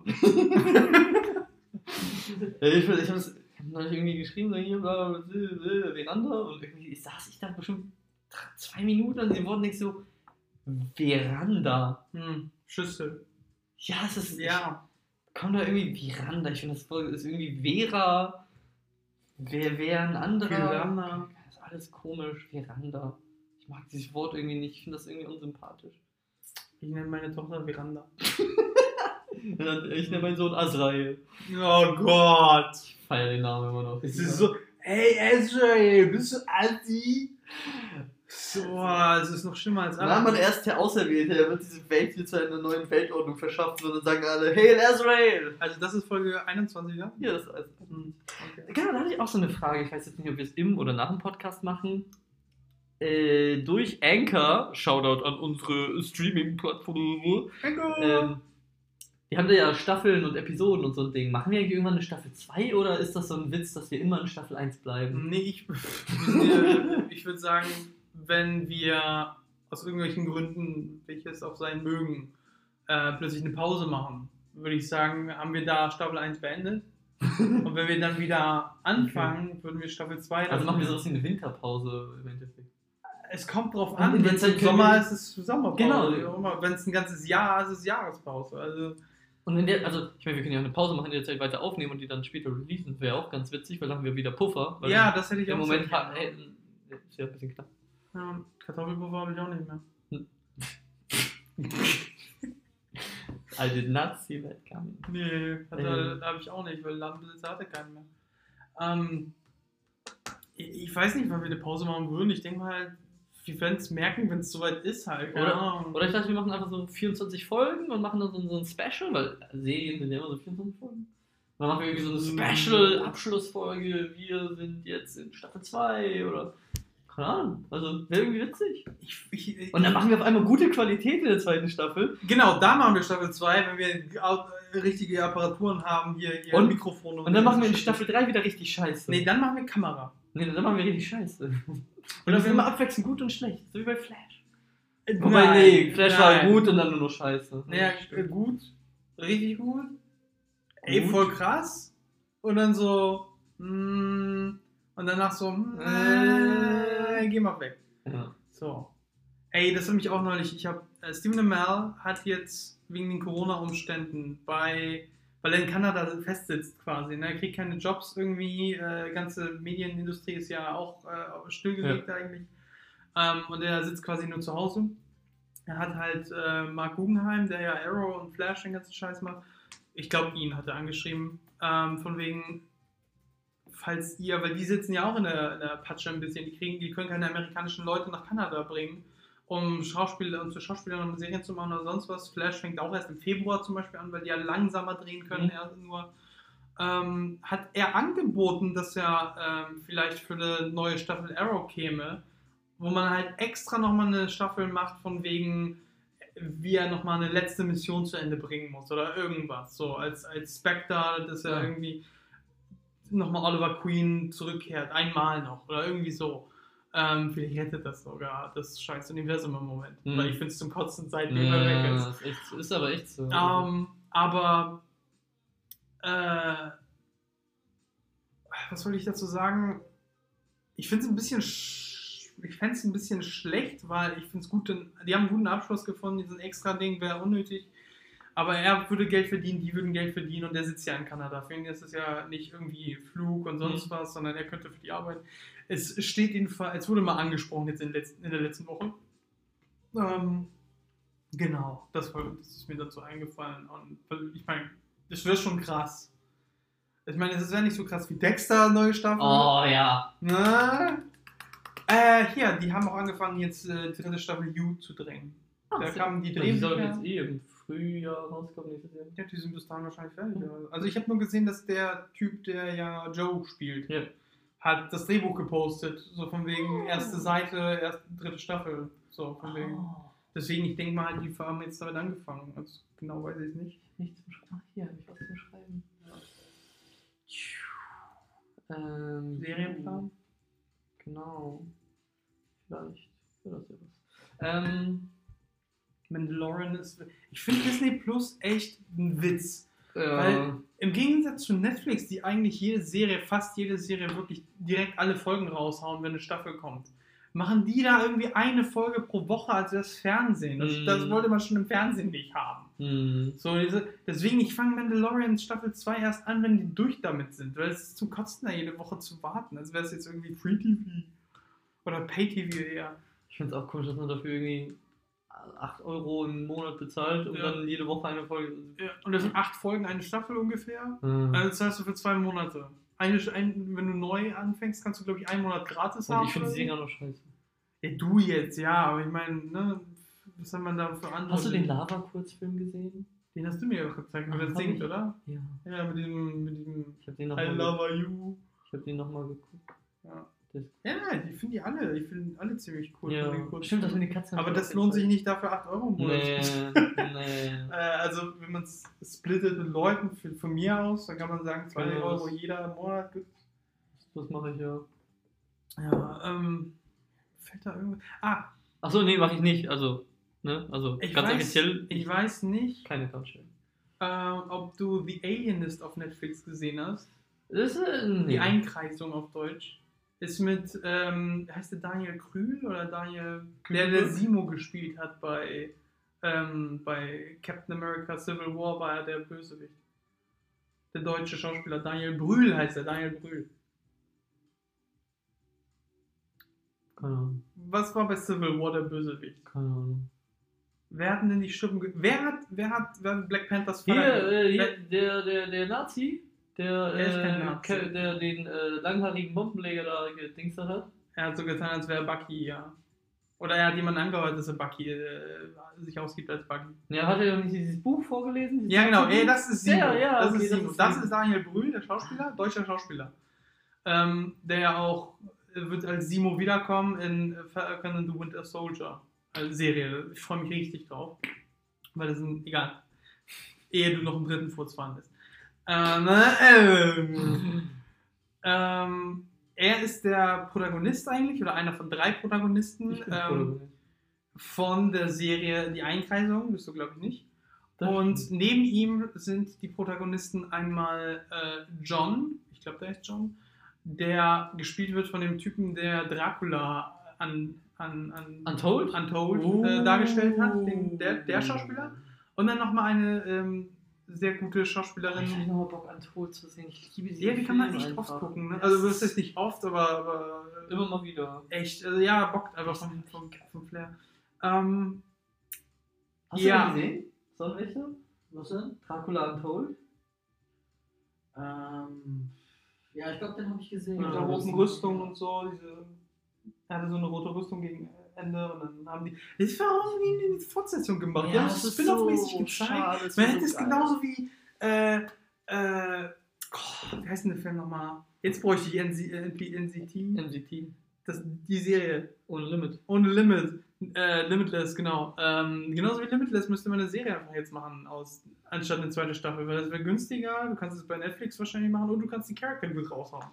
Ich habe neulich irgendwie geschrieben, so hier, bla, bla, bla, Veranda, und irgendwie saß ich da bestimmt 2 Minuten an dem Wort und denk so, Veranda. Schüssel. Ja, es ist, Ja. kommt da irgendwie Veranda. Ich finde, das Wort ist irgendwie Vera, wer ein anderer. Veranda. Das ist alles komisch, Veranda. Ich mag dieses Wort irgendwie nicht, ich finde das irgendwie unsympathisch. Ich nenne meine Tochter Veranda. Ich nenne meinen Sohn Azrael. Oh Gott. Ich feiere den Namen immer noch. Es ist so, hey Ezrael, bist du Anti? So, es ist noch schlimmer als Dann man erst der Auserwählte, der wird diese Welt hier zu einer neuen Weltordnung verschafft, und dann sagen alle, Hail Azrael! Also das ist Folge 21, ja? Ja, das ist alles. Okay. Genau, da hatte ich auch so eine Frage. Ich weiß jetzt nicht, ob wir es im oder nach dem Podcast machen. Durch Anchor, Shoutout an unsere Streaming-Plattform, die haben da ja Staffeln und Episoden und so ein Ding. Machen wir eigentlich irgendwann eine Staffel 2 oder ist das so ein Witz, dass wir immer in Staffel 1 bleiben? Nee, ich würde sagen, wenn wir aus irgendwelchen Gründen, welches auch sein mögen, plötzlich eine Pause machen, würde ich sagen, haben wir da Staffel 1 beendet. Und wenn wir dann wieder anfangen, würden wir Staffel 2... Also machen wir sowas wie eine Winterpause im Endeffekt. Es kommt drauf Und an, in der wenn es Zeit im können Sommer wir- ist, ist es Sommerpause. Genau. Wenn es ein ganzes Jahr ist, ist es Jahrespause. Also, Und also ich meine, wir können ja auch eine Pause machen, in der Zeit weiter aufnehmen und die dann später releasen. Wäre auch ganz witzig, weil dann haben wir wieder Puffer. Weil ja, das hätte ich im auch Moment so gerne. ist ja ein bisschen knapp. Ja, Kartoffelpuffer habe ich auch nicht mehr. I did not see that coming. Nee, habe ich auch nicht, weil Ladenbesitzer hatte keinen mehr. Ich weiß nicht, wann wir eine Pause machen würden. Ich denke mal halt, wir werden es merken, wenn es soweit ist halt. Keine Ahnung. Oder ich dachte, wir machen einfach so 24 Folgen und machen dann so ein Special, weil Serien sind ja immer so 24 Folgen. Dann machen wir irgendwie so eine Special-Abschlussfolge. Wir sind jetzt in Staffel 2 oder. Keine Ahnung. Also wäre irgendwie witzig. Und dann machen wir auf einmal gute Qualität in der zweiten Staffel. Genau, da machen wir Staffel 2, wenn wir richtige Apparaturen haben, hier Und? Mikrofone. Und dann machen wir in Staffel 3 wieder richtig scheiße. Nee, dann machen wir Kamera. Nee, dann machen wir richtig scheiße. Und Oder das wir- ist immer abwechselnd gut und schlecht. So wie bei Flash. Nein, Wobei, nee, Flash war nein. gut und dann nur noch scheiße. Naja, gut. Richtig gut. Ey, Gut. voll krass. Und dann so, und danach so, geh mal weg. Ja. So. Ey, das hat mich auch neulich, Stephen Amell hat jetzt wegen den Corona-Umständen bei weil er in Kanada festsitzt quasi. Ne? Er kriegt keine Jobs irgendwie, ganze Medienindustrie ist ja auch stillgelegt eigentlich. Und er sitzt quasi nur zu Hause. Er hat halt Mark Guggenheim, der ja Arrow und Flash den ganzen Scheiß macht. Ich glaube, ihn hat er angeschrieben. Von wegen, falls ihr, weil die sitzen ja auch in der Patsche ein bisschen, die können keine amerikanischen Leute nach Kanada bringen, um Schauspieler und zu Schauspielern und Serien zu machen oder sonst was. Flash fängt auch erst im Februar zum Beispiel an, weil die ja langsamer drehen können. Hat er angeboten, dass er vielleicht für eine neue Staffel Arrow käme, wo man halt extra nochmal eine Staffel macht von wegen, wie er nochmal eine letzte Mission zu Ende bringen muss oder irgendwas. So als Spectre, dass er irgendwie nochmal Oliver Queen zurückkehrt, einmal noch oder irgendwie so. Vielleicht rettet das sogar das scheiß Universum im Moment, weil ich finde es zum Kotzen, seitdem er weg ist. Ist aber echt so. Aber was soll ich dazu sagen? Ich finde es ein bisschen schlecht, weil ich finde es gut, die haben einen guten Abschluss gefunden, diesen extra Ding wäre unnötig, aber er würde Geld verdienen, die würden Geld verdienen und der sitzt ja in Kanada. Für ihn ist es ja nicht irgendwie Flug und sonst was, sondern er könnte für die arbeiten. Es steht jedenfalls, es wurde mal angesprochen jetzt in der letzten Woche. Genau, das ist mir dazu eingefallen und ich meine, das wäre schon krass. Ich meine, es wäre nicht so krass wie Dexter, neue Staffel. Oh ja. Na? Hier, die haben auch angefangen, jetzt die dritte Staffel You zu drängen. Da kamen die Die sollen jetzt im Frühjahr rauskommen nächstes Jahr. Ja, die sind bis dahin wahrscheinlich fertig. Also ich habe nur gesehen, dass der Typ, der ja Joe spielt, hat das Drehbuch gepostet. So von wegen erste Seite, dritte Staffel. So von wegen. Deswegen, ich denke mal, die haben jetzt damit angefangen. Also genau weiß ich es nicht. Nichts zum Schreiben. Hier habe ich was zum Schreiben. Serienplan? Genau. Vielleicht wird das ja was. Mandalorian ist. Ich finde Disney Plus echt ein Witz. Weil im Gegensatz zu Netflix, die eigentlich fast jede Serie wirklich direkt alle Folgen raushauen, wenn eine Staffel kommt, machen die da irgendwie eine Folge pro Woche als das Fernsehen. Das wollte man schon im Fernsehen nicht haben. So, deswegen, ich fange Mandalorian Staffel 2 erst an, wenn die durch damit sind, weil es ist zum Kotzen, da jede Woche zu warten, als wäre es jetzt irgendwie Free TV oder Pay TV eher. Ich finde es auch komisch, dass man dafür irgendwie 8 € im Monat bezahlt und dann jede Woche eine Folge. Ja, und das sind 8 Folgen, eine Staffel ungefähr. Also das zahlst du für 2 Monate. Wenn du neu anfängst, kannst du, glaube ich, einen Monat gratis haben. Ich finde die Serie noch scheiße. Ja, du jetzt, ja, aber ich meine, ne, was hat man da für andere... Hast du den Lava-Kurzfilm gesehen? Den hast du mir auch gezeigt, wo der singt, oder? Ja. Ja, mit diesem ich hab den noch I love you. Ich habe den nochmal geguckt. Ja. Ich finde alle ziemlich cool. Ja, stimmt, das mit den Katzen. Aber das lohnt sich nicht dafür 8 € im Monat. Nee. Also, wenn man es splittet mit Leuten, von mir aus, dann kann man sagen, 2 € jeder im Monat gibt. Das mache ich ja. Ja, fällt da irgendwas. Achso, nee, mache ich nicht. Also, ne? Also, ganz offiziell. Ich weiß nicht, keine Couch. ob du The Alienist auf Netflix gesehen hast. Nee. Die Einkreisung auf Deutsch. Ist mit, heißt der Daniel Krühl oder Daniel, der Simo gespielt hat bei Captain America Civil War, war er der Bösewicht. Der deutsche Schauspieler Daniel Brühl heißt er, Daniel Brühl. Keine Ahnung. Was war bei Civil War der Bösewicht? Keine Ahnung. Wer hat denn die Schippen wer hat Black Panthers Vater? Der Nazi? Der ist kein Nazi. Der den langhaarigen Bombenleger da gedingst hat. Er hat so getan, als wäre Bucky, ja. Oder er hat jemanden angehört, dass er Bucky sich ausgibt als Bucky. Ja, hat er doch nicht dieses Buch vorgelesen? Ja, genau. Das ist Simo. Ja, das ist Daniel Brühl, der Schauspieler, deutscher Schauspieler. Der ja auch wird als Simo wiederkommen in Falcon and the Winter Soldier. Als Serie. Ich freue mich richtig drauf. Weil das ist egal. Ehe du noch einen dritten Furz fahren lässt. Er ist der Protagonist eigentlich, oder einer von 3 Protagonisten von der Serie Die Einkreisung, bist du glaube ich nicht. Und neben ihm sind die Protagonisten einmal John, ich glaube der heißt John, der gespielt wird von dem Typen, der Dracula Untold dargestellt hat, der Schauspieler. Und dann nochmal eine sehr gute Ich hätte Schauspielerin. nochmal Bock an Tod zu sehen. Ich liebe sie. Ja, die kann man echt oft gucken. Ne? Also das ist nicht oft, aber Immer mal wieder. echt. Also ja, bockt einfach vom Flair. Hast Ja. du den gesehen? Sonnenwächter? Was denn? Dracula Untold? Ja, ich glaube, den habe ich gesehen. Mit der roten Rüstung und so. Er hatte so eine rote Rüstung gegen Ende und dann haben die. Das war auch irgendwie eine Fortsetzung gemacht. Die haben das Spin-off-mäßig gezeigt. Man hätte es genauso wie. Wie heißt denn der Film nochmal? Jetzt bräuchte ich NCT. NCT. Die Serie. Ohne Limit. Ohne Limit. Limitless, genau. Genauso wie Limitless müsste man eine Serie einfach jetzt machen, anstatt eine zweite Staffel, weil das wäre günstiger. Du kannst es bei Netflix wahrscheinlich machen und du kannst die Charakter gut raushauen.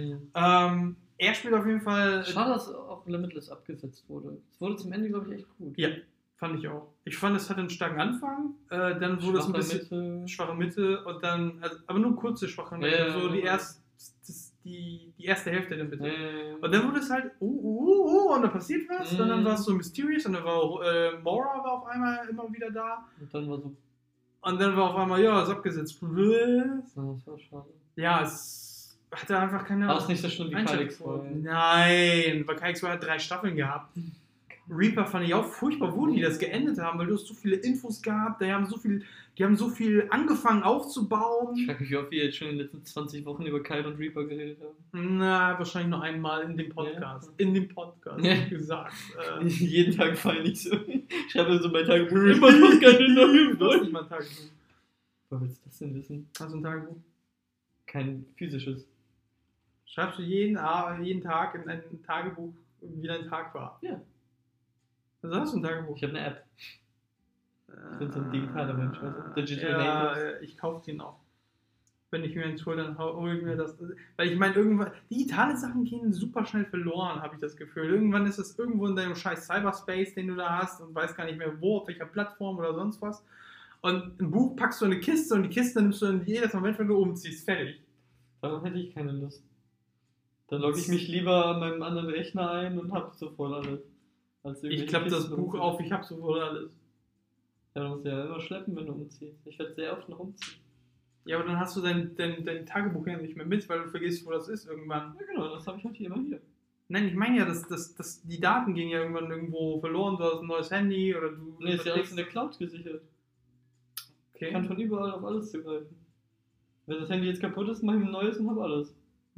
Er spielt auf jeden Fall. Schade, dass auch Limitless abgesetzt wurde. Es wurde zum Ende, glaube ich, echt gut. Ja, fand ich auch. Ich fand, es hatte einen starken Anfang, dann wurde es ein bisschen schwache Mitte und dann, aber nur kurze schwache Mitte, Ja, so ja. die erste Hälfte dann bitte. Ja. Und dann wurde es halt, und da passiert was, und dann Mhm. war es so mysterious, und dann war auch, Mora war auf einmal immer wieder da, Und dann war so. und dann war auf einmal, ja, ist abgesetzt. Das war schade. Ja, es hatte einfach keine War es nicht so schlimm wie Kalix Einschätzung. Nein, weil Kalix hat 3 Staffeln gehabt. Reaper fand ich auch furchtbar, wo die das geendet haben, weil du hast so viele Infos gehabt, die haben so viel angefangen aufzubauen. Ich frage mich, wie oft wir jetzt schon in den letzten 20 Wochen über Kyle und Reaper geredet haben. Na, wahrscheinlich nur einmal in dem Podcast. In dem Podcast, Ja. wie gesagt. Jeden Tag fallen nicht so. Ich habe so mein Tagebuch immer noch keine neue Du hast nicht mal ein Tagebuch. Woher willst du das denn wissen? Hast du ein Tagebuch? Kein physisches. Schreibst du jeden Tag in ein Tagebuch, wie dein Tag war? Ja. Also hast du ein Tagebuch? Ich habe eine App. Ich bin so ein digitaler Mensch, weißt du? Digital ja, Natives. ich kaufe den auch. Wenn ich mir eins hole, dann hole ich mir das. Weil ich meine, irgendwann, digitale Sachen gehen super schnell verloren, habe ich das Gefühl. Irgendwann ist es irgendwo in deinem scheiß Cyberspace, den du da hast und weißt gar nicht mehr wo, auf welcher Plattform oder sonst was. Und ein Buch packst du in eine Kiste und die Kiste nimmst du in jedes Moment, wenn du umziehst. Fertig. Darauf hätte ich keine Lust. Dann logge ich mich lieber an meinem anderen Rechner ein und habe sofort alles. Ich klappe das Buch auf, ich habe sofort alles. Ja, du musst ja immer schleppen, wenn du umziehst. Ich werde sehr oft noch umziehen. Ja, aber dann hast du dein Tagebuch ja nicht mehr mit, weil du vergisst, wo das ist irgendwann. Ja, genau, das habe ich halt hier immer hier. Nein, ich meine ja, dass die Daten gehen ja irgendwann irgendwo verloren, du hast ein neues Handy oder du... Nee, ist ja alles in der Cloud gesichert. Ich Okay. kann von überall auf alles zugreifen. Wenn das Handy jetzt kaputt ist, mache ich ein neues und habe alles.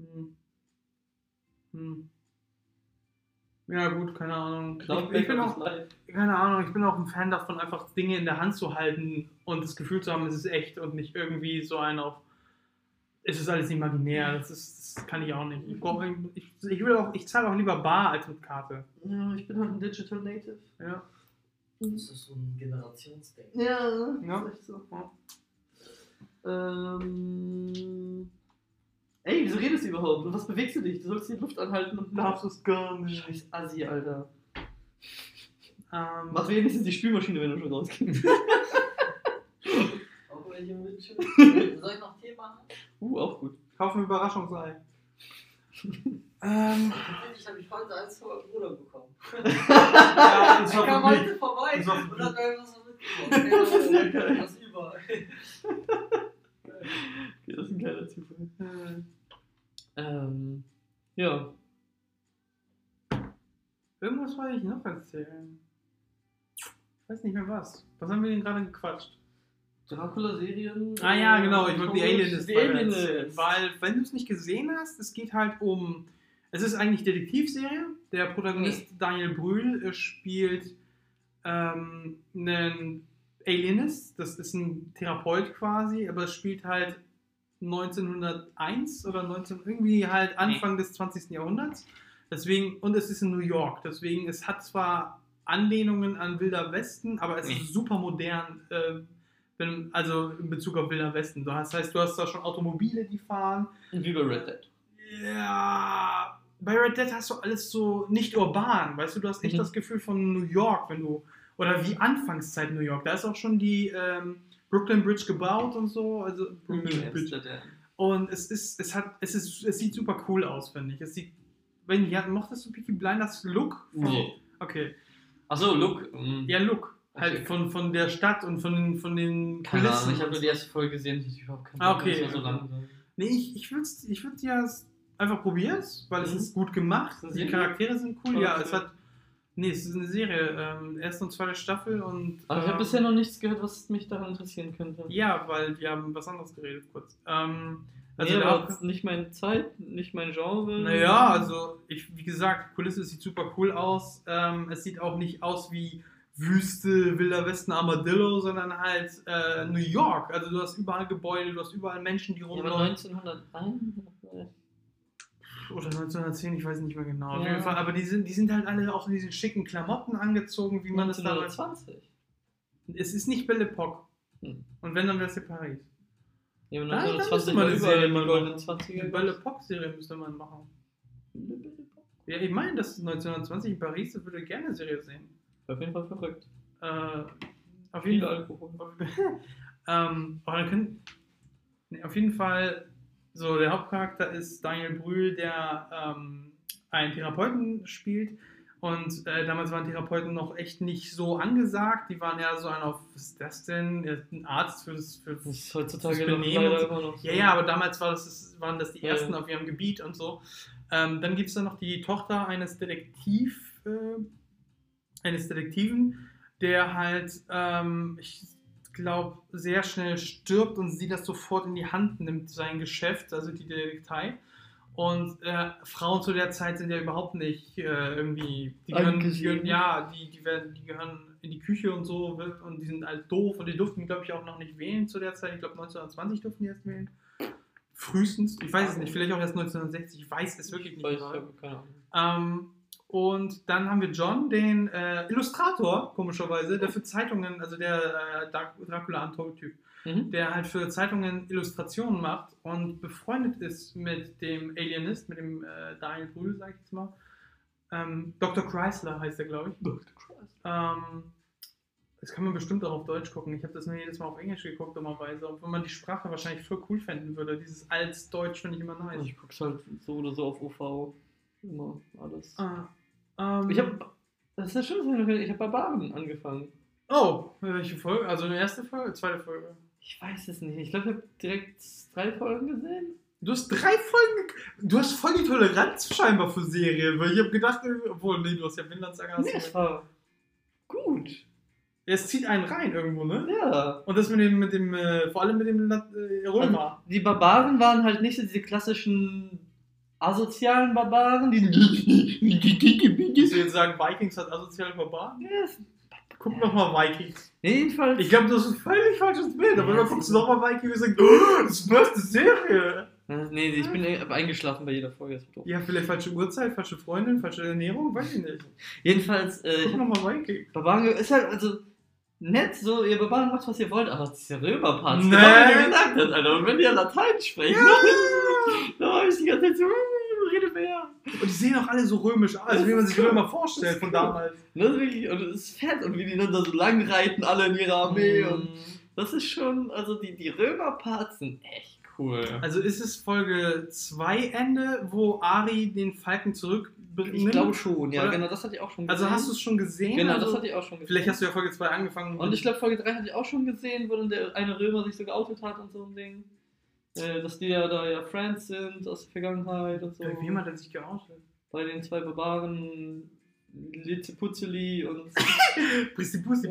Ja gut, keine Ahnung. Cloud Ich bin Backup auch, ist live. keine Ahnung, ich bin auch ein Fan davon, einfach Dinge in der Hand zu halten und das Gefühl zu haben, es ist echt und nicht irgendwie so ein auf, es ist alles imaginär. Das kann ich auch nicht. Ich zahle auch lieber bar als mit Karte. Ja, ich bin halt ein Digital Native. Ja. Das ist so ein Generationsding. Ja, Ja. ist echt so. Ey, wieso redest du überhaupt? Und was bewegst du dich? Du sollst die Luft anhalten und Darfst es gar nicht. Scheiß Assi, Alter. Ähm, Mach wenigstens die Spülmaschine, wenn du schon rausgehst. Auch welche Wünsche? Soll ich noch Tee machen? Auch gut. Kauf ein Überraschungsei. Tatsächlich habe ich heute eins von meinem Bruder bekommen. Ja, Er kam heute vorbei das war und hat mir einfach so mitgebracht. Keine Ahnung, was überall. Okay, das ist ein geiler Zufall. Ja. Irgendwas wollte ich noch erzählen. Ich weiß nicht mehr was. Was haben wir denn gerade gequatscht? Dracula-Serien. Ah ja, genau, ich wollte die Alienist Die erzählen. Alienist. Weil, wenn du es nicht gesehen hast, es geht halt um... Es ist eigentlich Detektivserie. Der Protagonist Daniel Brühl spielt einen Alienist. Das ist ein Therapeut quasi, aber es spielt halt 1901 oder irgendwie halt Anfang des 20. Jahrhunderts. Deswegen, und es ist in New York. Deswegen, es hat zwar Anlehnungen an Wilder Westen, aber es ist super modern, also in Bezug auf Wilder Westen. Das heißt, du hast da schon Automobile, die fahren. Wie bei Red Dead. Ja, bei Red Dead hast du alles so nicht urban, weißt du hast echt das Gefühl von New York, oder wie Anfangszeit New York. Da ist auch schon die Brooklyn Bridge gebaut und so, also Brooklyn Bridge. Und es sieht super cool aus, finde ich. Es sieht, mochtest du Peaky Blinders Look? Nee. Okay. Achso, Look. Ja, Look. Halt von der Stadt und von den Keine Ahnung, Kulissen. ich habe nur die erste Folge gesehen, ich überhaupt keine Ah, okay. Das war so lang. Nee, ich würd ja einfach probieren, weil es ist gut gemacht. Ist eine Die Serie? Charaktere sind cool. Okay. Ja, es ist eine Serie. Erste und zweite Staffel und. Aber ich habe bisher noch nichts gehört, was mich daran interessieren könnte. Ja, weil wir haben was anderes geredet kurz. Also nee, aber nicht meine Zeit, nicht mein Genre. Naja, also wie gesagt, Kulisse sieht super cool aus. Es sieht auch nicht aus wie Wüste, Wilder Westen, Armadillo, sondern halt New York. Also du hast überall Gebäude, du hast überall Menschen, die Ja, aber rumlaufen. 1901? Oder 1910, ich weiß nicht mehr genau. Auf Ja. jeden Fall, aber die sind halt alle auch in diesen schicken Klamotten angezogen, wie man das damals. 1920. Es ist nicht Belle Epoque. Hm. Und wenn, dann wäre es ja Paris. Ja, aber Nein, dann 1920 müsste man war eine überall Serie die mal goldenen machen. 20er. Die Belle Epoque-Serie müsste man machen. Ja, ich meine, das ist 1920 in Paris, das würde ich gerne eine Serie sehen. Auf jeden Fall verrückt. Auf Viel jeden Fall. Alkohol. Aber dann auf jeden Fall, so der Hauptcharakter ist Daniel Brühl, der einen Therapeuten spielt. Und damals waren Therapeuten noch echt nicht so angesagt. Die waren ja so auf, was ist das denn? Ja, ein Arzt Das für ist heutzutage das noch Benehmen leider und so. immer noch so. Ja, aber damals waren das die Ja. ersten auf ihrem Gebiet und so. Dann gibt es dann noch die Tochter eines Detektiven, der halt, ich glaube, sehr schnell stirbt und sie das sofort in die Hand nimmt, sein Geschäft, also die Detektei. Und Frauen zu der Zeit sind ja überhaupt nicht irgendwie, die gehören in die Küche und so und die sind halt doof und die durften, glaube ich, auch noch nicht wählen zu der Zeit. Ich glaube, 1920 durften die erst wählen. Frühestens, ich weiß es nicht, vielleicht auch erst 1960, ich weiß es wirklich nicht. Ich genau. habe keine Ahnung. Und dann haben wir John, den Illustrator, komischerweise, der für Zeitungen, also der Dracula Untold-Typ, der halt für Zeitungen Illustrationen macht und befreundet ist mit dem Alienist, mit dem Daniel Brühl, sag ich jetzt mal. Dr. Chrysler heißt er, glaube ich. Dr. Chrysler. Das kann man bestimmt auch auf Deutsch gucken. Ich habe das nur jedes Mal auf Englisch geguckt, dummerweise. Obwohl man die Sprache wahrscheinlich voll cool fänden würde. Dieses Altdeutsch finde ich immer nice. Ich guck's halt so oder so auf OV. Immer alles. Das ist ja schön, ich habe Barbaren angefangen. Oh, welche Folge? Also eine erste Folge, zweite Folge? Ich weiß es nicht. Ich glaube, ich habe direkt 3 Folgen gesehen. Du hast 3 Folgen. Du hast voll die Toleranz scheinbar für Serien, weil ich habe gedacht, obwohl, nee, du hast ja Vinland Saga. Nee, es war gut. Es zieht einen rein irgendwo, ne? Ja. Und das mit dem vor allem mit dem Römer. Also, die Barbaren waren halt nicht so diese klassischen asozialen Barbaren, die. Willst du jetzt sagen, Vikings hat asoziale Barbaren? Yes. Guck nochmal Vikings. Jedenfalls. Ich glaube, das ist ein völlig falsches Bild, aber dann guckst du nochmal Vikings und sagst, oh, das ist die beste Serie. Nee, ich bin eingeschlafen bei jeder Folge. Ja, vielleicht falsche Uhrzeit, falsche Freundin, falsche Ernährung, weiß ich nicht. Jedenfalls, Guck nochmal Vikings. Barbaren ist halt, also, nett, so, ihr Barbaren macht, was ihr wollt, aber diese Römerparts, Nee. genau wie du gesagt hast, Alter, und wenn die ja Latein sprechen, da war ich die ganze Zeit so, rede mehr. Und die sehen auch alle so römisch aus, also wie man sich Römer vorstellt von damals. Das ist wirklich, und es ist fett, und wie die dann da so lang reiten, alle in ihrer Armee, und das ist schon, also die Römerparts sind echt cool. Also ist es Folge 2 Ende, wo Ari den Falken zurückbringt? Ich glaube schon, ja, Oder? genau, das hatte ich auch schon Also hast du es schon gesehen? Genau, also, das hatte ich auch schon gesehen. Vielleicht hast du ja Folge 2 angefangen. Und ich glaube, Folge 3 hatte ich auch schon gesehen, wo dann der eine Römer sich so geoutet hat und so ein Ding. Dass die ja da ja Friends sind aus der Vergangenheit und so. Bei wem hat er sich geoutet? Bei den 2 Barbaren, Lizipuzzuli und. Pristipusti.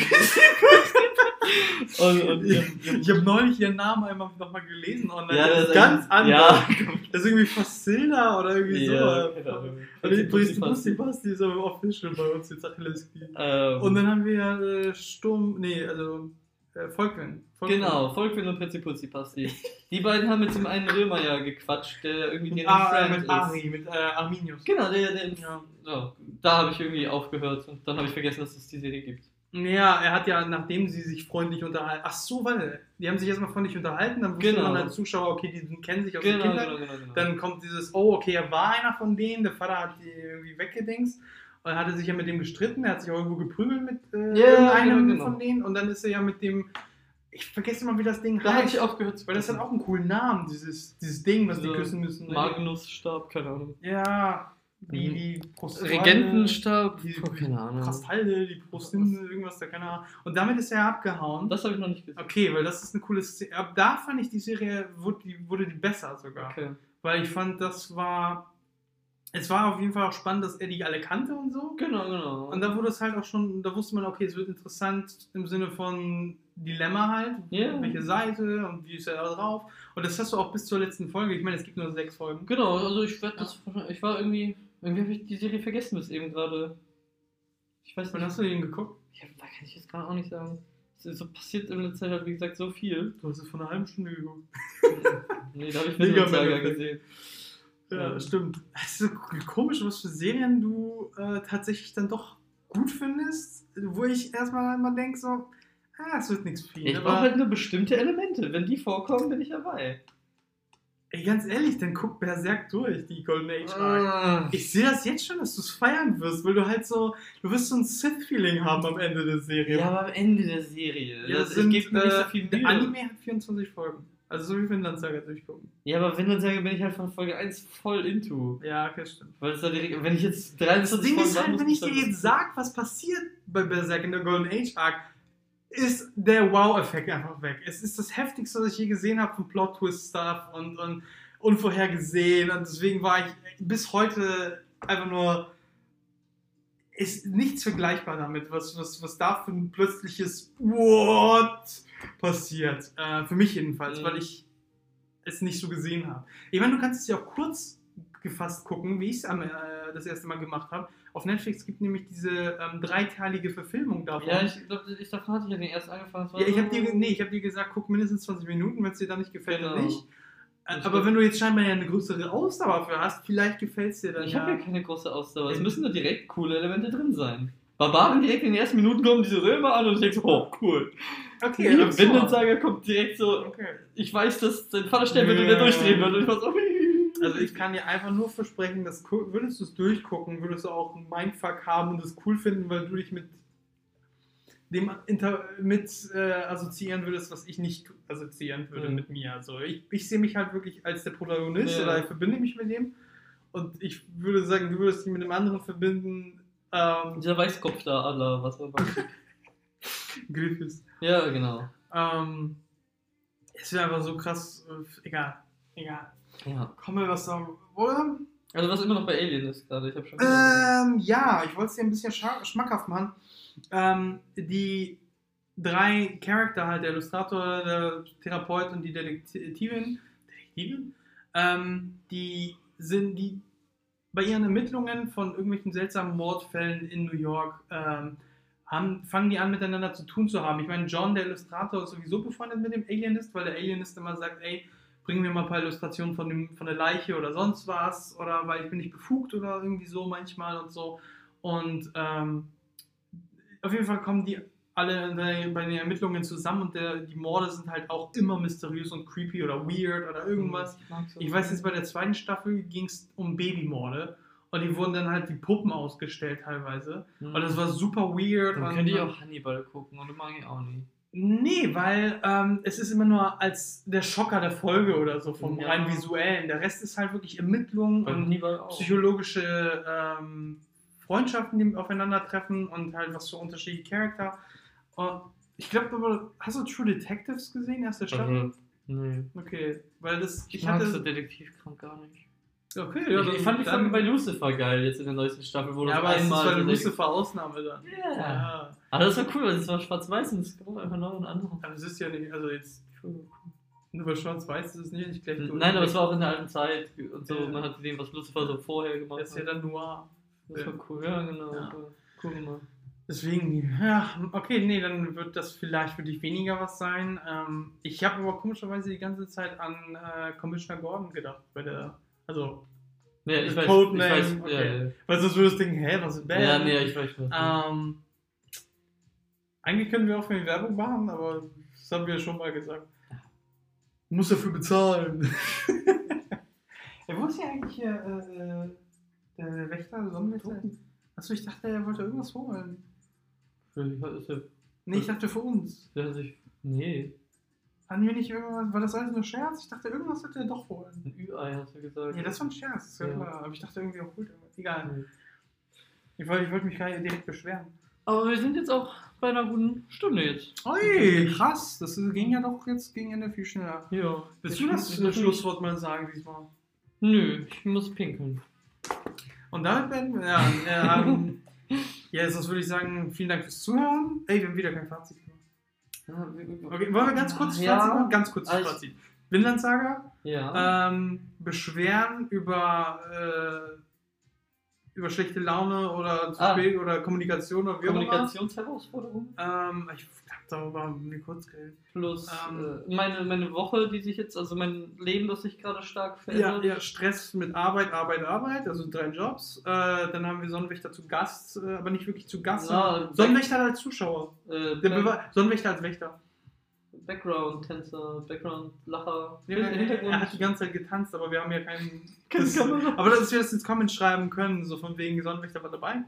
und Ich habe neulich ihren Namen einmal nochmal gelesen online. Ja, das ist ganz anders. Ja, Das ist irgendwie Fasilda oder irgendwie so. genau. Und die Pristipusti ist aber official bei uns jetzt Achilleski. Und dann haben wir Volkwin. Genau, Volkwin und Prezipuzzi-Pasti. Die beiden haben mit dem einen Römer ja gequatscht, der irgendwie deren Friend mit ist. Ari, mit Arminius. Genau, der Ja. so, da habe ich irgendwie aufgehört und dann habe ich vergessen, dass es die Serie gibt. Ja, er hat ja, nachdem sie sich freundlich unterhalten. Ach so, warte. Die haben sich erstmal freundlich unterhalten, dann wusste Genau. man als Zuschauer, okay, die kennen sich aus der Genau. Kindheit. Dann kommt dieses, oh, okay, er war einer von denen, der Vater hat die irgendwie weggedingst. Und er hatte sich ja mit dem gestritten, er hat sich auch irgendwo geprügelt mit irgendeinem genau. von denen. Und dann ist er ja mit dem, ich vergesse immer, wie das Ding Da habe ich aufgehört, weil das hat auch einen coolen Namen, dieses Ding, was die küssen müssen. Magnus-Stab, keine Ahnung. Ja, die Regentenstab, die keine Ahnung. Prastalle, die Prostinde, irgendwas da, keine Ahnung. Und damit ist er abgehauen. Das habe ich noch nicht gesehen. Okay, weil das ist eine coole Szene. Ab da fand ich die Serie, wurde die besser sogar. Okay. Weil ich fand, es war auf jeden Fall auch spannend, dass er die alle kannte und so. Genau. Und da wurde es halt auch schon, da wusste man, okay, es wird interessant im Sinne von Dilemma halt, welche Seite und wie ist er da drauf. Und das hast du auch bis zur letzten Folge, ich meine, es gibt nur 6 Folgen. Genau, also ich war irgendwie habe ich die Serie vergessen bis eben gerade. Ich weiß nicht. Wann hast du den geguckt? Da kann ich jetzt gerade auch nicht sagen. Es ist so passiert in der Zeit halt, wie gesagt, so viel. Du hast es vor einer halben Stunde geguckt. Nee, da habe ich Mega Vinland Saga Benefit. gesehen. Ja, stimmt. Es ist so komisch, was für Serien du tatsächlich dann doch gut findest, wo ich erstmal immer denke, so, es wird nichts für ihn. Ich brauche halt nur bestimmte Elemente. Wenn die vorkommen, bin ich dabei. Ey, ganz ehrlich, dann guck Berserk durch, die Golden Age Arc. Ich sehe das jetzt schon, dass du es feiern wirst, weil du halt so, du wirst so ein Sith-Feeling haben am Ende der Serie. Ja, aber am Ende der Serie. Ja, das gibt mir nicht so viel der Mühe. Anime hat 24 Folgen. Also so wie Vinland Saga durchgucken. Ja, aber Vinland Saga bin ich halt von Folge 1 voll into. Ja, okay, stimmt. Weil es da direkt, wenn ich jetzt Das 23 Ding ist warten halt, muss, wenn ich dann- dir jetzt sag, was passiert bei Berserk in der Golden Age Arc, ist der Wow-Effekt einfach weg. Es ist das Heftigste, was ich je gesehen habe von Plot-Twist-Stuff und unvorhergesehen. Und deswegen war ich bis heute einfach nur. Ist nichts vergleichbar damit, was da für ein plötzliches What passiert. Für mich jedenfalls, weil ich es nicht so gesehen habe. Ich meine, du kannst es ja auch kurz gefasst gucken, wie ich es das erste Mal gemacht habe. Auf Netflix gibt nämlich diese dreiteilige Verfilmung davon. Ja, davon hatte ich ja den erst angefangen. Ja, ich habe dir gesagt, guck mindestens 20 Minuten, wenn es dir dann nicht gefällt, dann Genau. nicht. Aber wenn du jetzt scheinbar ja eine größere Ausdauer für hast, vielleicht gefällt es dir dann Ich ja. habe ja keine große Ausdauer. Es müssen nur direkt coole Elemente drin sein. Barbaren direkt in den ersten Minuten kommen diese Römer an und ich denke so, oh, cool. Okay, Hier, Vinland Saga kommt direkt so, Okay. ich weiß, dass sein Vater sterben wird und der durchdrehen wird. Und ich war so, Also ich kann dir einfach nur versprechen, dass würdest du es durchgucken, würdest du auch einen Mindfuck haben und es cool finden, weil du dich mit dem assoziieren würdest, was ich nicht assoziieren würde mit mir. Also ich sehe mich halt wirklich als der Protagonist oder ich verbinde mich mit dem und ich würde sagen, du würdest dich mit dem anderen verbinden. dieser Weißkopf da, Adler, was auch immer. Griffiths. Ja, genau. Es wäre einfach so krass, egal. Ja. Kommen wir was sagen, oder? Also was immer noch bei Alien ist gerade, ich habe schon Ja, ich wollte es dir ein bisschen schmackhaft machen. Die 3 Charakter halt, der Illustrator, der Therapeut und die Detektivin, die bei ihren Ermittlungen von irgendwelchen seltsamen Mordfällen in New York fangen die an miteinander zu tun zu haben. Ich meine, John, der Illustrator, ist sowieso befreundet mit dem Alienist, weil der Alienist immer sagt, ey, bring mir mal ein paar Illustrationen von der Leiche oder sonst was, oder weil ich bin nicht befugt oder irgendwie so manchmal und so. Und auf jeden Fall kommen die alle bei den Ermittlungen zusammen und die Morde sind halt auch immer mysteriös und creepy oder weird oder irgendwas. Ich weiß jetzt, bei der 2. Staffel ging es um Babymorde und die wurden dann halt wie Puppen ausgestellt teilweise. Und das war super weird. Dann könnt ihr auch Hannibal gucken und das mag ich auch nicht. Nee, weil es ist immer nur als der Schocker der Folge oder so vom rein visuellen. Der Rest ist halt wirklich Ermittlung und psychologische Freundschaften, die aufeinandertreffen und halt was für unterschiedliche Charakter. Und ich glaube, hast du True Detectives gesehen, erste Staffel? Nee. Okay, weil Ich mag so Detektivkram gar nicht. Okay, ja, Ich fand die Folge bei Lucifer geil, jetzt in der neuesten Staffel, wo ja, das aber es ist einmal... eine Lucifer-Ausnahme dann. Ja. Aber das war cool, weil es war schwarz-weiß und es gab einfach noch ein anderes. Aber es ist ja nicht, also jetzt nur bei schwarz-weiß ist es nicht gleich durch. Nein, aber es war auch in der alten Zeit und so, man hat gesehen, was Lucifer so vorher gemacht hat. Das ist ja dann noir. Das war cool, ja genau. Ja. Cool gemacht. Deswegen, ja, okay, nee, dann wird das vielleicht für dich weniger was sein. Ich habe aber komischerweise die ganze Zeit an Commissioner Gordon gedacht, also Ja, ich weiß, Codename, okay. Ja. Weil sonst würdest du denken, hä, was ist Band? Ja, nee, ich weiß nicht. Eigentlich können wir auch für die Werbung machen, aber das haben wir ja schon mal gesagt. Du musst dafür bezahlen. Wo ist hier eigentlich der Wächter, der Sonnenwächter? Achso, ich dachte, er wollte irgendwas holen. Nee, ich dachte für uns. Nee. Hatten wir nicht irgendwas, war das alles nur Scherz? Ich dachte, irgendwas wird er doch holen. Ein Ü-Ei, hast du gesagt. Ja, das war ein Scherz, ist ja Ja. klar. Aber ich dachte irgendwie auch gut. Egal. Mhm. Ich wollte mich gar nicht direkt beschweren. Aber wir sind jetzt auch bei einer guten Stunde jetzt. Ui, krass. Das ging ja doch jetzt gegen Ende viel schneller. Ja. Willst Ich du das muss- Schlusswort mal sagen diesmal? Nö, ich muss pinkeln. Und damit werden wir. Ja, sonst würde ich sagen, vielen Dank fürs Zuhören. Ey, wir haben wieder kein Fazit gemacht. Okay, wollen wir ganz kurz Ja. Fazit machen? Ganz kurz Also- Fazit. Vinland-Saga, Ja. Beschweren über schlechte Laune oder zu Ah. spät oder Kommunikation oder wie auch immer. Kommunikationsherausforderung. Ich glaube, darüber haben wir kurz geredet. Plus meine Woche, die sich jetzt, also mein Leben, das sich gerade stark Ja, verändert. ja, Stress mit Arbeit, also 3 Jobs. Dann haben wir Sonnenwächter zu Gast, aber nicht wirklich zu Gast. Ja, sondern Sonnenwächter als Zuschauer. Sonnenwächter als Wächter. Background-Tänzer, Background-Lacher. Er hat die ganze Zeit getanzt, aber wir haben ja keinen. Keine Das, Kamera. aber dass wir das ins Comment schreiben können, so von wegen Sonnenwächter war dabei.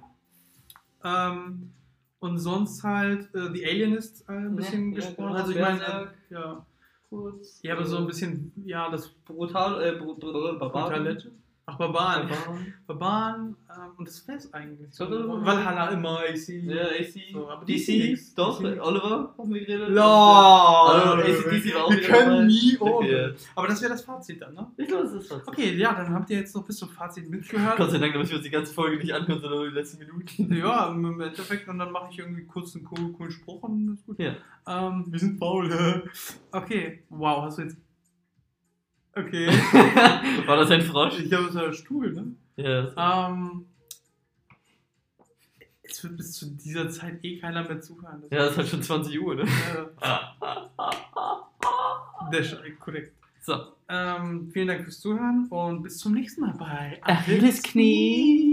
Und sonst halt The Alienist ein bisschen Ja, gesprochen. genau, Also ich meine, Berserk. ja. Kurz. Ja, aber so ein bisschen, ja, das Barbaren. Brutalette. Ach, Barbaren. Barbaren, und das wär's eigentlich. So. So. Valhalla immer, AC. Ja, AC. So, aber DC, nix. doch, DC. Oliver, haben wir geredet. LOL! Also, AC/DC war auch Wir wieder können dabei. nie ohne. Okay. Aber das wäre das Fazit dann, ne? Ich glaube, das ist was. Okay, ja, dann habt ihr jetzt noch bis zum Fazit mitgehört. Gott sei Dank, dass wir uns die ganze Folge nicht anhören, sondern nur die letzten Minuten. Ja, im Endeffekt, und dann mache ich irgendwie kurz einen coolen Spruch und das ist gut. Ja. Wir sind faul. Okay, wow, hast du jetzt. Okay. War das ein Frosch? Ich glaube, es war der Stuhl, ne? Ja. Es wird bis zu dieser Zeit eh keiner mehr zuhören. Ja, es ist halt schon 20 Uhr, ne? Der ist korrekt. So. Vielen Dank fürs Zuhören und bis zum nächsten Mal bei Achilles Knie.